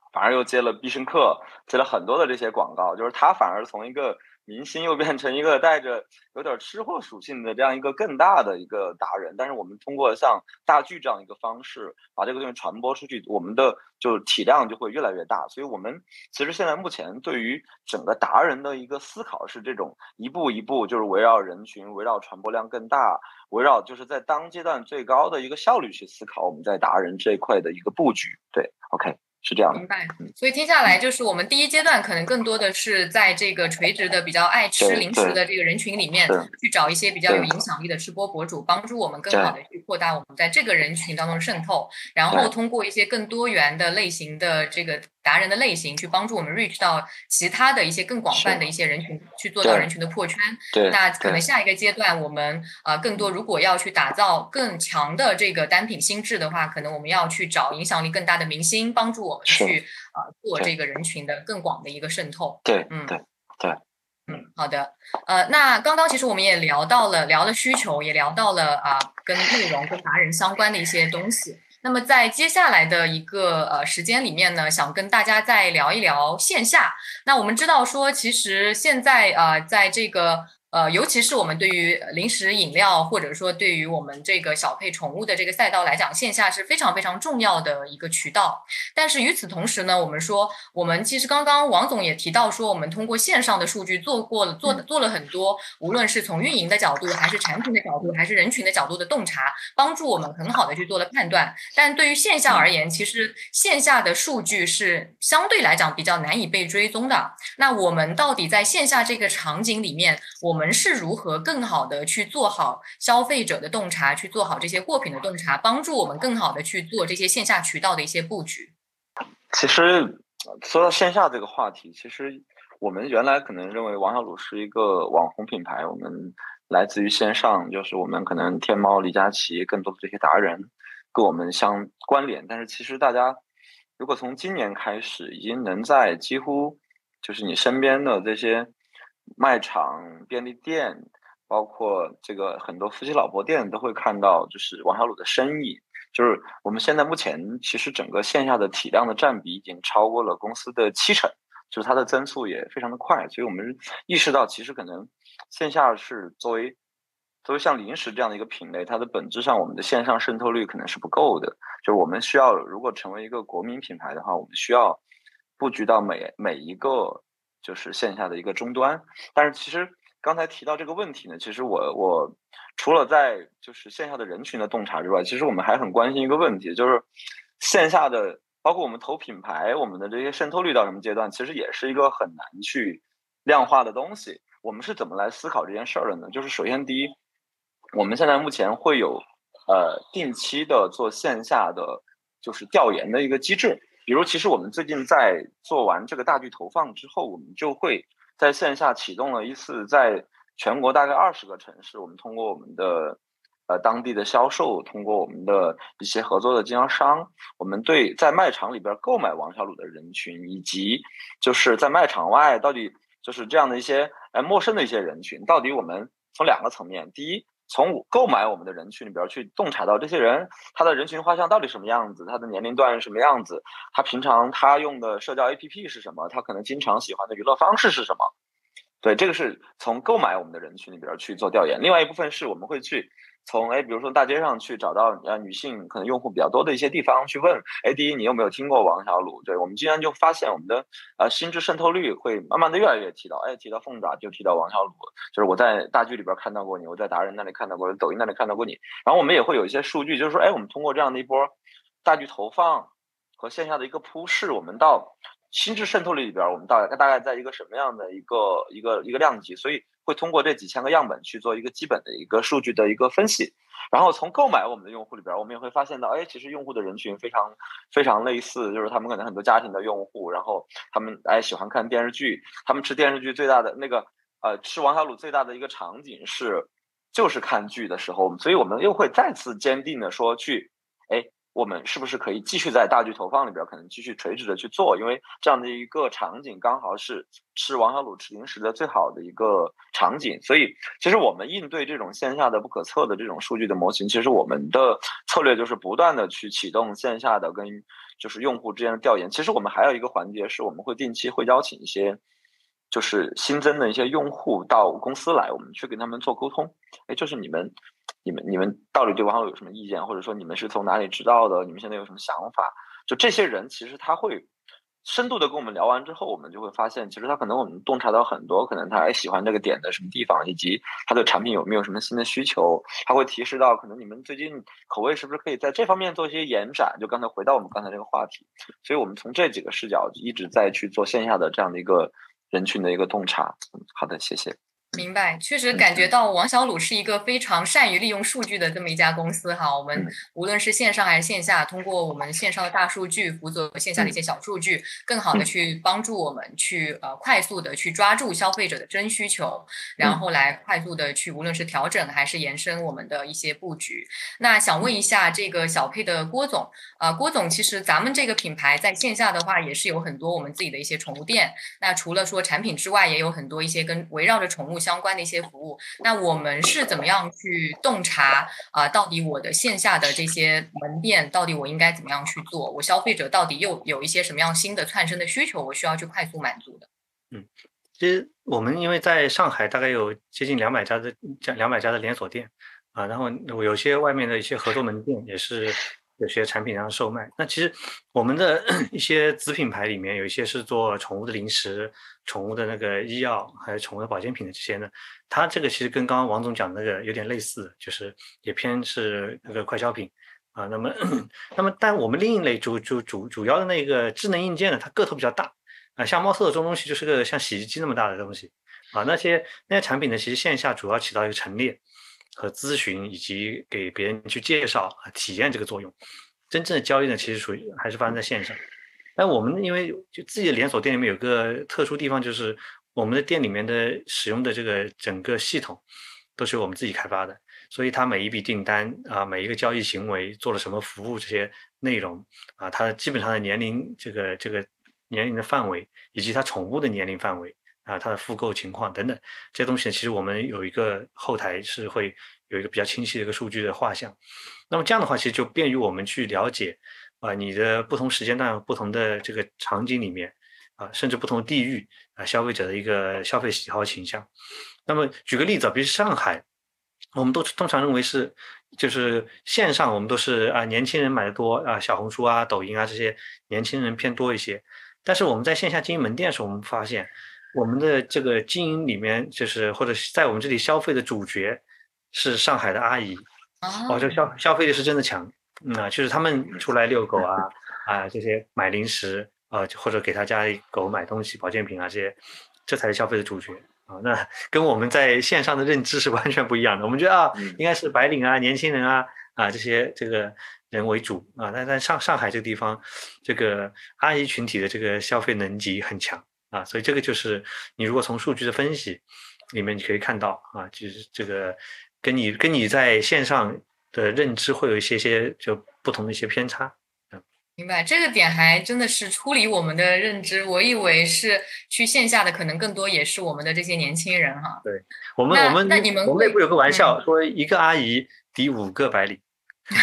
反而又接了必胜客，接了很多的这些广告，就是他反而从一个明星又变成一个带着有点吃货属性的这样一个更大的一个达人。但是我们通过像大剧这样一个方式把这个东西传播出去，我们的就体量就会越来越大。所以我们其实现在目前对于整个达人的一个思考是这种一步一步，就是围绕人群，围绕传播量更大，围绕就是在当阶段最高的一个效率去思考我们在达人这一块的一个布局。对 OK，是这样的。 明白。所以听下来，就是我们第一阶段可能更多的是在这个垂直的比较爱吃零食的这个人群里面，去找一些比较有影响力的吃播博主，帮助我们更好的去扩大我们在这个人群当中的渗透，然后通过一些更多元的类型的这个达人的类型，去帮助我们 reach 到其他的一些更广泛的一些人群，去做到人群的破圈。那可能下一个阶段，我们呃更多如果要去打造更强的这个单品心智的话，可能我们要去找影响力更大的明星，帮助我们去呃做这个人群的更广的一个渗透。 对， 嗯， 对，对。 嗯，好的，呃，那刚刚其实我们也聊到了，聊了需求，也聊到了啊、呃，跟内容、跟达人相关的一些东西。那么在接下来的一个呃时间里面呢，想跟大家再聊一聊线下。那我们知道说，其实现在呃，在这个呃，尤其是我们对于零食饮料，或者说对于我们这个小配宠物的这个赛道来讲，线下是非常非常重要的一个渠道。但是与此同时呢，我们说，我们其实刚刚王总也提到说，我们通过线上的数据做过了做做了很多，无论是从运营的角度，还是产品的角度，还是人群的角度的洞察，帮助我们很好的去做了判断。但对于线下而言，其实线下的数据是相对来讲比较难以被追踪的。那我们到底在线下这个场景里面，我们是如何更好的去做好消费者的洞察，去做好这些货品的洞察，帮助我们更好的去做这些线下渠道的一些布局？ 其实说到线下这个话题，其实我们原来可能认为王小卤是一个网红品牌，我们来自于线上，就是我们可能天猫、李佳琦更多的这些达人跟我们相关联。但是其实大家如果从今年开始，已经能在几乎就是你身边的这些卖场、便利店，包括这个很多夫妻老婆店，都会看到就是王小卤的身影。就是我们现在目前其实整个线下的体量的占比已经超过了公司的七成，就是它的增速也非常的快。所以我们意识到，其实可能线下是作为作为像零食这样的一个品类，它的本质上我们的线上渗透率可能是不够的。就是我们需要如果成为一个国民品牌的话，我们需要布局到每每一个就是线下的一个终端。但是其实刚才提到这个问题呢，其实我我除了在就是线下的人群的洞察之外，其实我们还很关心一个问题，就是线下的包括我们投品牌，我们的这些渗透率到什么阶段，其实也是一个很难去量化的东西。我们是怎么来思考这件事儿的呢？就是首先第一，我们现在目前会有呃定期的做线下的就是调研的一个机制。比如其实我们最近在做完这个大剧投放之后，我们就会在线下启动了一次在全国大概二十个城市，我们通过我们的呃当地的销售，通过我们的一些合作的经销商，我们对在卖场里边购买王小卤的人群，以及就是在卖场外到底就是这样的一些呃陌生的一些人群，到底我们从两个层面，第一，从购买我们的人群里边去洞察到这些人他的人群画像到底什么样子，他的年龄段是什么样子，他平常他用的社交 A P P 是什么，他可能经常喜欢的娱乐方式是什么。对，这个是从购买我们的人群里边去做调研。另外一部分是我们会去从哎，比如说大街上去找到呃女性可能用户比较多的一些地方去问，哎，第一你有没有听过王小卤？对，我们竟然就发现我们的呃心智渗透率会慢慢的越来越提到，哎，提到凤爪就提到王小卤，就是我在大剧里边看到过你，我在达人那里看到过，抖音那里看到过你。然后我们也会有一些数据，就是说，哎，我们通过这样的一波大剧投放和线下的一个铺市，我们到心智渗透率里边，我们大概大概在一个什么样的一个一个一个量级，所以会通过这几千个样本去做一个基本的一个数据的一个分析。然后从购买我们的用户里边，我们也会发现到，哎，其实用户的人群非常非常类似，就是他们可能很多家庭的用户，然后他们哎喜欢看电视剧，他们吃电视剧最大的那个呃吃王小卤最大的一个场景是就是看剧的时候，所以我们又会再次坚定的说去，哎， 我们是不是可以继续在大剧投放里边可能继续垂直的去做，因为这样的一个场景刚好是吃王小卤吃零食的最好的一个场景。所以其实我们应对这种线下的不可测的这种数据的模型，其实我们的策略就是不断的去启动线下的跟就是用户之间的调研。其实我们还有一个环节是我们会定期会邀请一些就是新增的一些用户到公司来，我们去跟他们做沟通。哎，就是你们你们你们到底对王小卤有什么意见，或者说你们是从哪里知道的，你们现在有什么想法，就这些人其实他会深度的跟我们聊完之后，我们就会发现其实他可能我们洞察到很多可能他还喜欢这个点的什么地方，以及他对产品有没有什么新的需求，他会提示到可能你们最近口味是不是可以在这方面做一些延展，就刚才回到我们刚才这个话题。所以我们从这几个视角一直在去做线下的这样的一个人群的一个洞察。好的，谢谢。 明白，确实感觉到王小卤是一个非常善于利用数据的这么一家公司哈。我们无论是线上还是线下，通过我们线上的大数据辅佐线下的一些小数据，更好的去帮助我们去呃快速的去抓住消费者的真需求，然后来快速的去无论是调整还是延伸我们的一些布局。那想问一下这个小配的郭总，呃，郭总，其实咱们这个品牌在线下的话也是有很多我们自己的一些宠物店，那除了说产品之外，也有很多一些跟围绕着宠物相关的一些服务。那我们是怎么样去洞察啊、呃？到底我的线下的这些门店，到底我应该怎么样去做？我消费者到底又有一些什么样新的窜升的需求，我需要去快速满足的？ 嗯，其实我们因为在上海大概有接近两百家的两百家的连锁店啊，然后有些外面的一些合作门店也是有些产品上售卖。那其实我们的一些子品牌里面有一些是做宠物的零食、宠物的那个医药还有宠物的保健品的这些呢，它这个其实跟刚刚王总讲的那个有点类似，就是也偏是那个快消品啊。那么那么但我们另一类主主主主要的那个智能硬件呢，它个头比较大啊，像猫特的这种东西就是个像洗衣机那么大的东西啊。那些那些产品呢，其实线下主要起到一个陈列和咨询以及给别人去介绍啊体验这个作用。真正的交易呢，其实属于还是发生在线上。但我们因为就自己的连锁店里面有个特殊地方，就是我们的店里面的使用的这个整个系统都是由我们自己开发的，所以它每一笔订单啊，每一个交易行为做了什么服务这些内容啊，它基本上的年龄这个这个年龄的范围，以及它宠物的年龄范围啊，它的复购情况等等这些东西呢，其实我们有一个后台是会有一个比较清晰的一个数据的画像。那么这样的话，其实就便于我们去了解啊，你的不同时间段、不同的这个场景里面啊，甚至不同地域啊，消费者的一个消费喜好倾向。那么举个例子，比如上海，我们都通常认为是就是线上我们都是啊年轻人买的多啊，小红书啊、抖音啊这些年轻人偏多一些。但是我们在线下经营门店的时候，我们发现我们的这个经营里面，就是或者在我们这里消费的主角是上海的阿姨。哦，这个消消费力是真的强，嗯啊，就是他们出来遛狗啊啊这些买零食啊，或者给他家里狗买东西保健品啊这些，这才是消费的主角啊。那跟我们在线上的认知是完全不一样的。我们觉得啊，应该是白领啊、年轻人啊啊这些这个人为主啊，但在上上海这个地方，这个阿姨群体的这个消费能级很强啊，所以这个就是你如果从数据的分析里面你可以看到啊，就是这个。跟你跟你在线上的认知会有一些些就不同的一些偏差。 明白，这个点还真的是出离我们的认知。我以为是去线下的可能更多也是我们的这些年轻人哈。 对，我们我们那你们我们内部有个玩笑、嗯、说一个阿姨抵五个白领，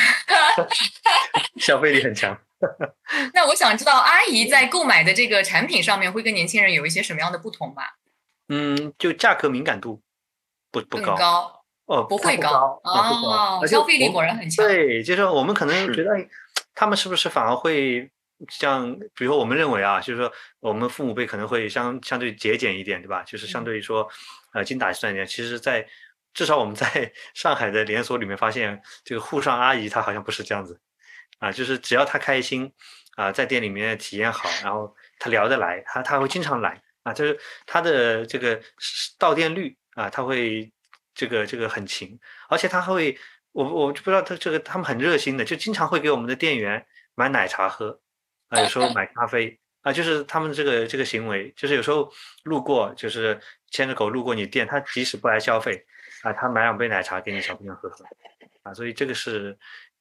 消费力很强。 那我想知道阿姨在购买的这个产品上面会跟年轻人有一些什么样的不同吧？ 嗯，就价格敏感度不不高。 更高。 哦， 不会高哦，消费力果然很强。 对，就是我们可能觉得他们是不是反而会像，比如说我们认为啊，就是说我们父母辈可能会相相对节俭一点，对吧？就是相对于说，呃，精打细算一点。其实，在至少我们在上海的连锁里面发现，这个沪上阿姨她好像不是这样子啊，就是只要她开心啊，在店里面体验好，然后她聊得来，她她会经常来啊，就是她的这个到店率啊，她会。这个这个很勤，而且他会，我我就不知道他这个他们很热心的，就经常会给我们的店员买奶茶喝，啊，有时候买咖啡啊，就是他们这个这个行为，就是有时候路过，就是牵着狗路过你店，他即使不来消费啊，他买两杯奶茶给你小朋友喝喝，啊，所以这个是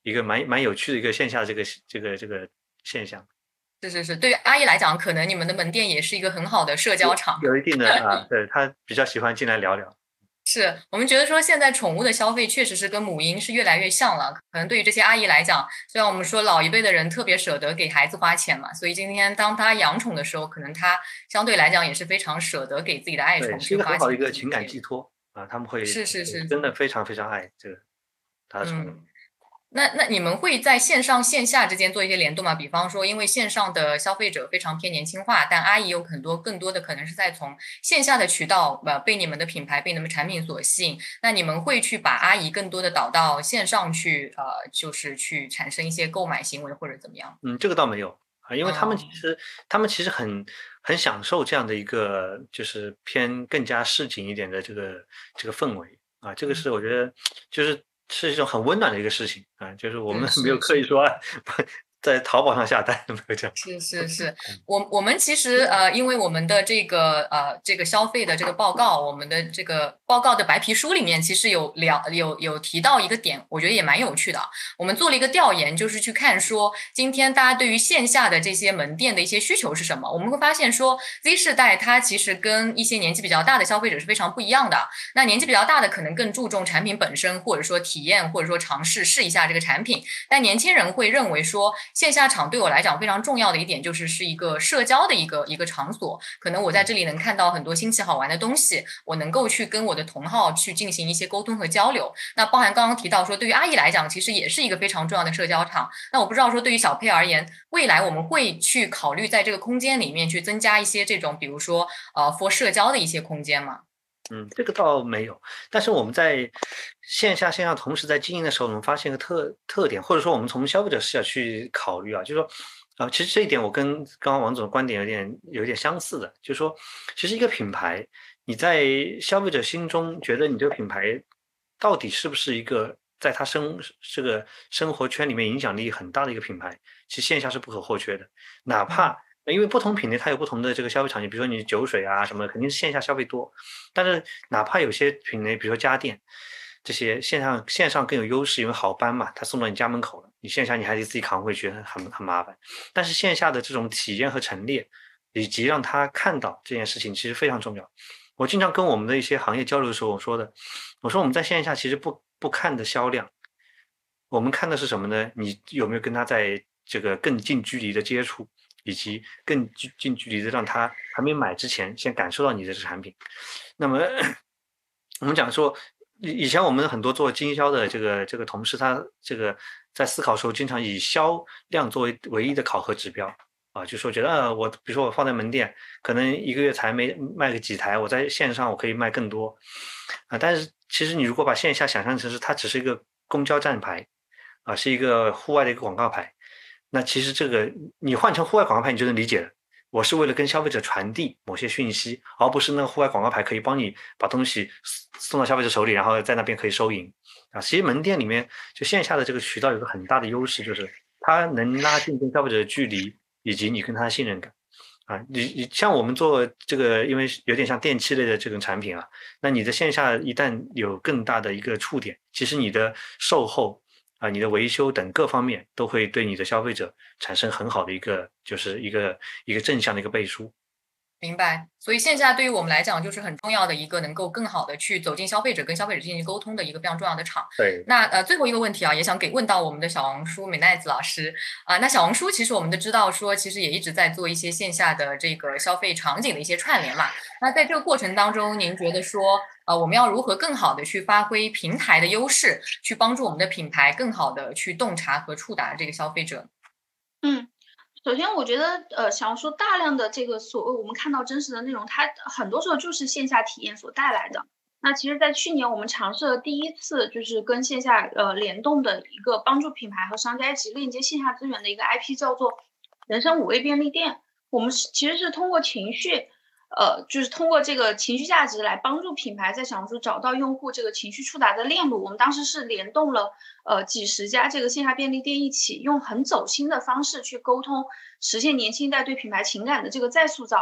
一个蛮蛮有趣的一个线下的这个这个这个现象。 是是是，对于阿姨来讲，可能你们的门店也是一个很好的社交场。 有一定的啊，对，她比较喜欢进来聊聊。 是我们觉得说，现在宠物的消费确实是跟母婴是越来越像了。可能对于这些阿姨来讲，虽然我们说老一辈的人特别舍得给孩子花钱嘛，所以今天当他养宠的时候，可能他相对来讲也是非常舍得给自己的爱宠去花钱。 是一个很好的一个情感寄托啊，他们会是是是真的非常非常爱这个他的宠物。 嗯那那你们会在线上线下之间做一些联动吗？比方说，因为线上的消费者非常偏年轻化，但阿姨有很多更多的可能是在从线下的渠道呃被你们的品牌被你们产品所吸引。那你们会去把阿姨更多的导到线上去，呃，就是去产生一些购买行为或者怎么样？ 嗯，这个倒没有啊，因为他们其哦实、他们其实很很享受这样的一个就是偏更加市井一点的这个这个氛围啊，这个是我觉得就是是一种很温暖的一个事情啊，就是我们是没有刻意说啊在淘宝上下单，没有这样。 是是是，我我们其实呃，因为我们的这个呃这个消费的这个报告，我们的这个报告的白皮书里面其实有聊有有提到一个点，我觉得也蛮有趣的。我们做了一个调研，就是去看说今天大家对于线下的这些门店的一些需求是什么。我们会发现说 Z 世代它其实跟一些年纪比较大的消费者是非常不一样的。那年纪比较大的可能更注重产品本身，或者说体验，或者说尝试试一下这个产品。但年轻人会认为说，线下场对我来讲非常重要的一点就是是一个社交的一个一个场所。可能我在这里能看到很多新奇好玩的东西，我能够去跟我的同好去进行一些沟通和交流。那包含刚刚提到说，对于阿姨来讲，其实也是一个非常重要的社交场。那我不知道说，对于小佩而言，未来我们会去考虑在这个空间里面去增加一些这种，比如说呃 for 社交的一些空间吗？ 嗯，这个倒没有，但是我们在线下线上同时在经营的时候，我们发现一个特特点，或者说我们从消费者视角去考虑啊，就是说，啊、呃，其实这一点我跟刚刚王总的观点有点有点相似的，就是说，其实一个品牌，你在消费者心中觉得你这个品牌到底是不是一个在他生这个生活圈里面影响力很大的一个品牌，其实线下是不可或缺的，哪怕。因为不同品类它有不同的这个消费场景，比如说你酒水啊什么，肯定是线下消费多。但是哪怕有些品类，比如说家电，这些线上线上更有优势，因为好搬嘛，它送到你家门口了，你线下你还得自己扛回去，很很麻烦。但是线下的这种体验和陈列，以及让他看到这件事情，其实非常重要。我经常跟我们的一些行业交流的时候，我说的，我说我们在线下其实不不看的销量，我们看的是什么呢？你有没有跟他在这个更近距离的接触？以及更近距离的让他还没买之前先感受到你的产品。那么我们讲说，以前我们很多做经销的这个这个同事，他这个在思考的时候，经常以销量作为唯一的考核指标啊，就说觉得呃，我比如说我放在门店，可能一个月才没卖个几台，我在线上我可以卖更多啊。但是其实你如果把线下想象成是它只是一个公交站牌啊，是一个户外的一个广告牌。那其实这个你换成户外广告牌，你就能理解了。我是为了跟消费者传递某些讯息，而不是那个户外广告牌可以帮你把东西送到消费者手里，然后在那边可以收银啊。其实门店里面就线下的这个渠道有个很大的优势，就是它能拉近跟消费者的距离，以及你跟他的信任感啊。你你像我们做这个，因为有点像电器类的这种产品啊，那你的线下一旦有更大的一个触点，其实你的售后。啊，你的维修等各方面都会对你的消费者产生很好的一个，就是一个一个正向的一个背书。 明白，所以线下对于我们来讲就是很重要的一个能够更好的去走进消费者，跟消费者进行沟通的一个非常重要的场。 对， 那呃最后一个问题啊，也想给问到我们的小红书美奈子老师啊、呃。那小红书其实我们都知道说，其实也一直在做一些线下的这个消费场景的一些串联嘛。那在这个过程当中，您觉得说呃我们要如何更好的去发挥平台的优势，去帮助我们的品牌更好的去洞察和触达这个消费者？ 嗯。首先，我觉得，呃，小红书大量的这个所谓我们看到真实的内容，它很多时候就是线下体验所带来的。那其实，在去年我们尝试了第一次就是跟线下呃联动的一个帮助品牌和商家一起链接线下资源的一个 I P， 叫做人生五味便利店。我们是其实是通过情绪，呃，就是通过这个情绪价值来帮助品牌在小红书找到用户这个情绪触达的链路。我们当时是联动了呃几十家这个线下便利店一起，用很走心的方式去沟通，实现年轻一代对品牌情感的这个再塑造。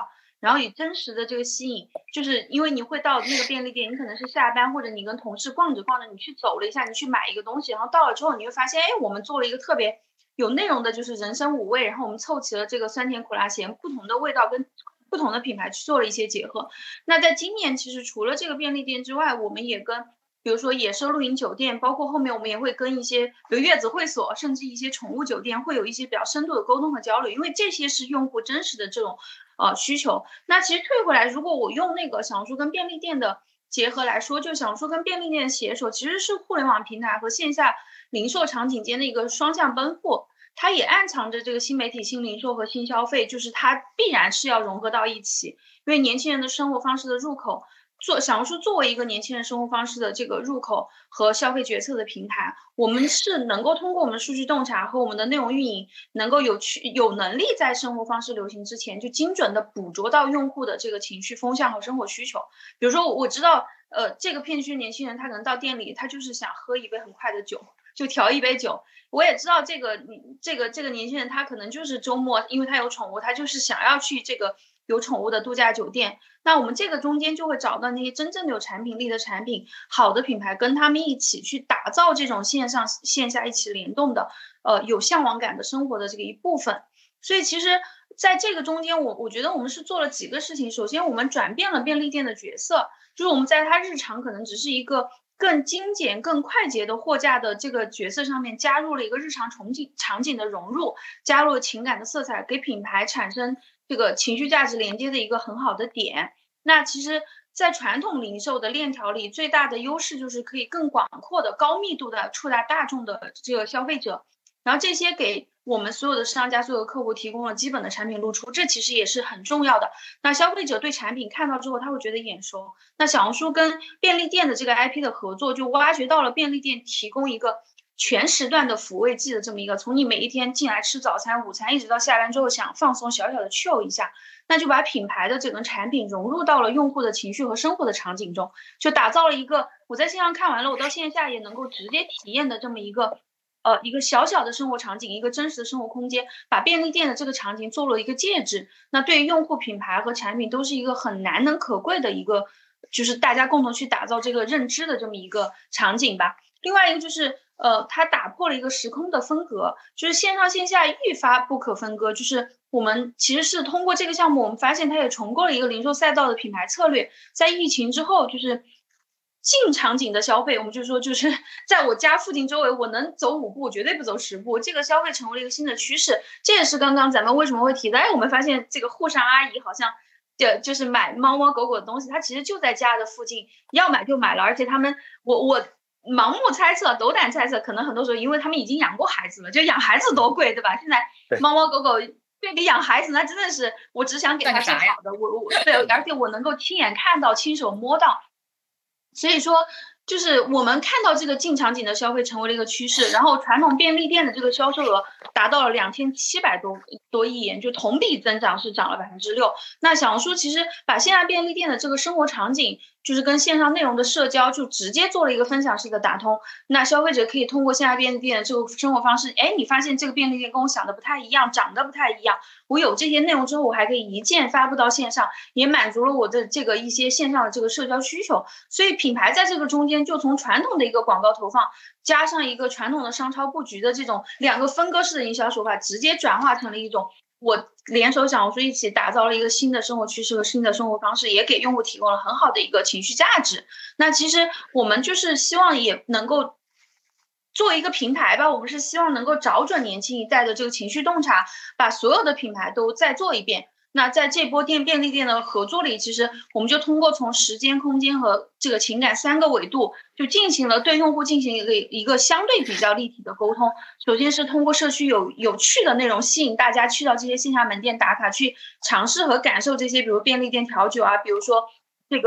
然后以真实的这个吸引，就是因为你会到那个便利店，你可能是下班或者你跟同事逛着逛着，你去走了一下，你去买一个东西，然后到了之后你会发现，哎，我们做了一个特别有内容的，就是人参五味，然后我们凑齐了这个酸甜苦辣咸不同的味道跟不同的品牌去做了一些结合。那在今年其实除了这个便利店之外，我们也跟比如说野兽露营酒店，包括后面我们也会跟一些比如月子会所，甚至一些宠物酒店会有一些比较深度的沟通和交流，因为这些是用户真实的这种呃需求。那其实退回来，如果我用那个小红书跟便利店的结合来说，就小红书跟便利店的携手其实是互联网平台和线下零售场景间的一个双向奔赴，它也暗藏着这个新媒体、新零售和新消费，就是它必然是要融合到一起，因为年轻人的生活方式的入口，做小红书作为一个年轻人生活方式的这个入口和消费决策的平台，我们是能够通过我们的数据洞察和我们的内容运营，能够有去有能力在生活方式流行之前，就精准的捕捉到用户的这个情绪风向和生活需求。比如说，我知道，呃，这个片区年轻人他可能到店里，他就是想喝一杯很快的酒，就调一杯酒。我也知道这个这个这个年轻人他可能就是周末，因为他有宠物，他就是想要去这个有宠物的度假酒店。那我们这个中间就会找到那些真正的有产品力的产品，好的品牌，跟他们一起去打造这种线上线下一起联动的，呃，有向往感的生活的这个一部分。所以其实在这个中间，我我觉得我们是做了几个事情。首先，我们转变了便利店的角色，就是我们在它日常可能只是一个更精简、更快捷的货架的这个角色上面，加入了一个日常场景场景的融入，加入了情感的色彩，给品牌产生这个情绪价值连接的一个很好的点。那其实在传统零售的链条里，最大的优势就是可以更广阔的高密度的触达大众的这个消费者，然后这些给我们所有的商家所有的客户提供了基本的产品露出，这其实也是很重要的。那消费者对产品看到之后他会觉得眼熟，那小红书跟便利店的这个 I P 的合作，就挖掘到了便利店提供一个全时段的抚慰剂的这么一个，从你每一天进来吃早餐午餐一直到下班之后想放松小小的 chill 一下，那就把品牌的整个产品融入到了用户的情绪和生活的场景中，就打造了一个我在线上看完了我到线下也能够直接体验的这么一个呃一个小小的生活场景，一个真实的生活空间，把便利店的这个场景做了一个介质，那对于用户品牌和产品都是一个很难能可贵的一个，就是大家共同去打造这个认知的这么一个场景吧。另外一个就是呃，它打破了一个时空的分隔，就是线上线下愈发不可分割。就是我们其实是通过这个项目，我们发现它也重构了一个零售赛道的品牌策略。在疫情之后，就是近场景的消费，我们就说就是在我家附近周围，我能走五步，我绝对不走十步。这个消费成为了一个新的趋势。这也是刚刚咱们为什么会提到，哎，我们发现这个沪上阿姨好像。就就是买猫猫狗狗的东西，它其实就在家的附近，要买就买了，而且他们，我我盲目猜测、斗胆猜测，可能很多时候因为他们已经养过孩子了，就养孩子多贵，对吧？现在猫猫狗狗对比养孩子，那真的是我只想给他最好的，我我对，而且我能够亲眼看到、亲手摸到，所以说。就是我们看到这个近场景的消费成为了一个趋势，然后传统便利店的这个销售额达到了两千七百多多亿元，就同比增长是涨了百分之六。那小红书其实把线下便利店的这个生活场景，就是跟线上内容的社交，就直接做了一个分享式的打通。那消费者可以通过线下便利店的这个生活方式，哎，你发现这个便利店跟我想的不太一样，长得不太一样。我有这些内容之后，我还可以一键发布到线上，也满足了我的这个一些线上的这个社交需求。所以品牌在这个中间。就从传统的一个广告投放，加上一个传统的商超布局的这种两个分割式的营销手法，直接转化成了一种我联手小红书一起打造了一个新的生活趋势和新的生活方式，也给用户提供了很好的一个情绪价值。那其实我们就是希望也能够作为一个平台吧，我们是希望能够找准年轻一代的这个情绪洞察，把所有的品牌都再做一遍。那在这波店便利店的合作里，其实我们就通过从时间、空间和这个情感三个维度，就进行了对用户进行一个一个相对比较立体的沟通。首先是通过社区有有趣的内容吸引大家去到这些线下门店打卡，去尝试和感受这些，比如便利店调酒啊，比如说这个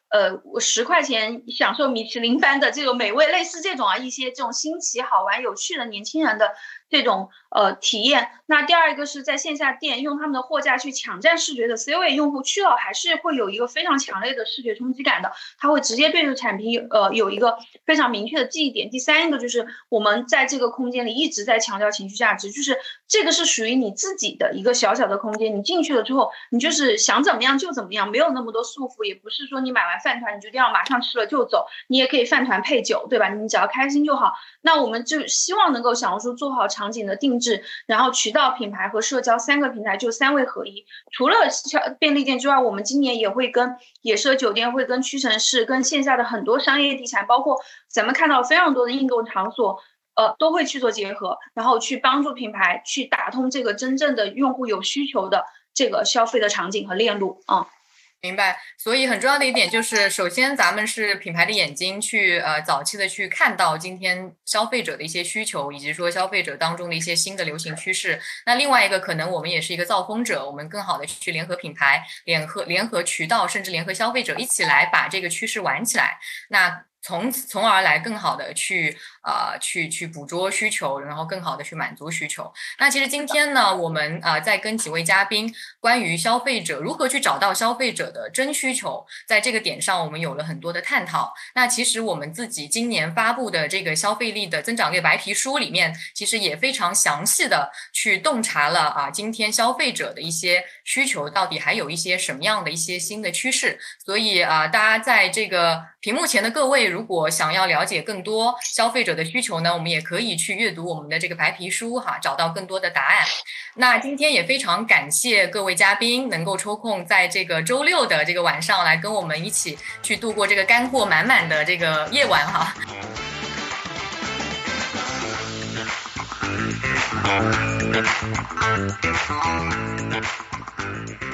呃，我十块钱享受米其林般的这个美味，类似这种啊，一些这种新奇、好玩、有趣的年轻人的这种呃体验。那第二一个是在线下店用他们的货架去抢占视觉的 C 位用户去了，还是会有一个非常强烈的视觉冲击感的，他会直接对这个产品呃有一个非常明确的记忆点。第三一个就是我们在这个空间里一直在强调情绪价值，就是这个是属于你自己的一个小小的空间，你进去了之后，你就是想怎么样就怎么样，没有那么多束缚，也不是说你买完饭团你就一定要马上吃了就走，你也可以饭团配酒，对吧？你只要开心就好。那我们就希望能够小红书做好场景的定制，然后渠道、品牌和社交三个平台就三位合一。除了便利店之外，我们今年也会跟野奢酒店、会跟屈臣氏、跟线下的很多商业地产，包括咱们看到非常多的应购场所，呃，都会去做结合，然后去帮助品牌去打通这个真正的用户有需求的这个消费的场景和链路啊。嗯明白，所以很重要的一点就是，首先咱们是品牌的眼睛去呃早期的去看到今天消费者的一些需求，以及说消费者当中的一些新的流行趋势。那另外一个可能我们也是一个造风者，我们更好的去联合品牌、联合联合渠道，甚至联合消费者一起来把这个趋势玩起来。那从从而来更好的去呃去去捕捉需求，然后更好的去满足需求。那其实今天呢，我们呃在跟几位嘉宾关于消费者如何去找到消费者的真需求，在这个点上我们有了很多的探讨。那其实我们自己今年发布的这个消费力的增长率白皮书里面，其实也非常详细的去洞察了啊今天消费者的一些需求到底还有一些什么样的一些新的趋势。所以啊，大家在这个屏幕前的各位，如果想要了解更多消费者的需求呢，我们也可以去阅读我们的这个白皮书哈，找到更多的答案。那今天也非常感谢各位嘉宾能够抽空在这个周六的这个晚上来跟我们一起去度过这个干货满满的这个夜晚哈。 Thank you.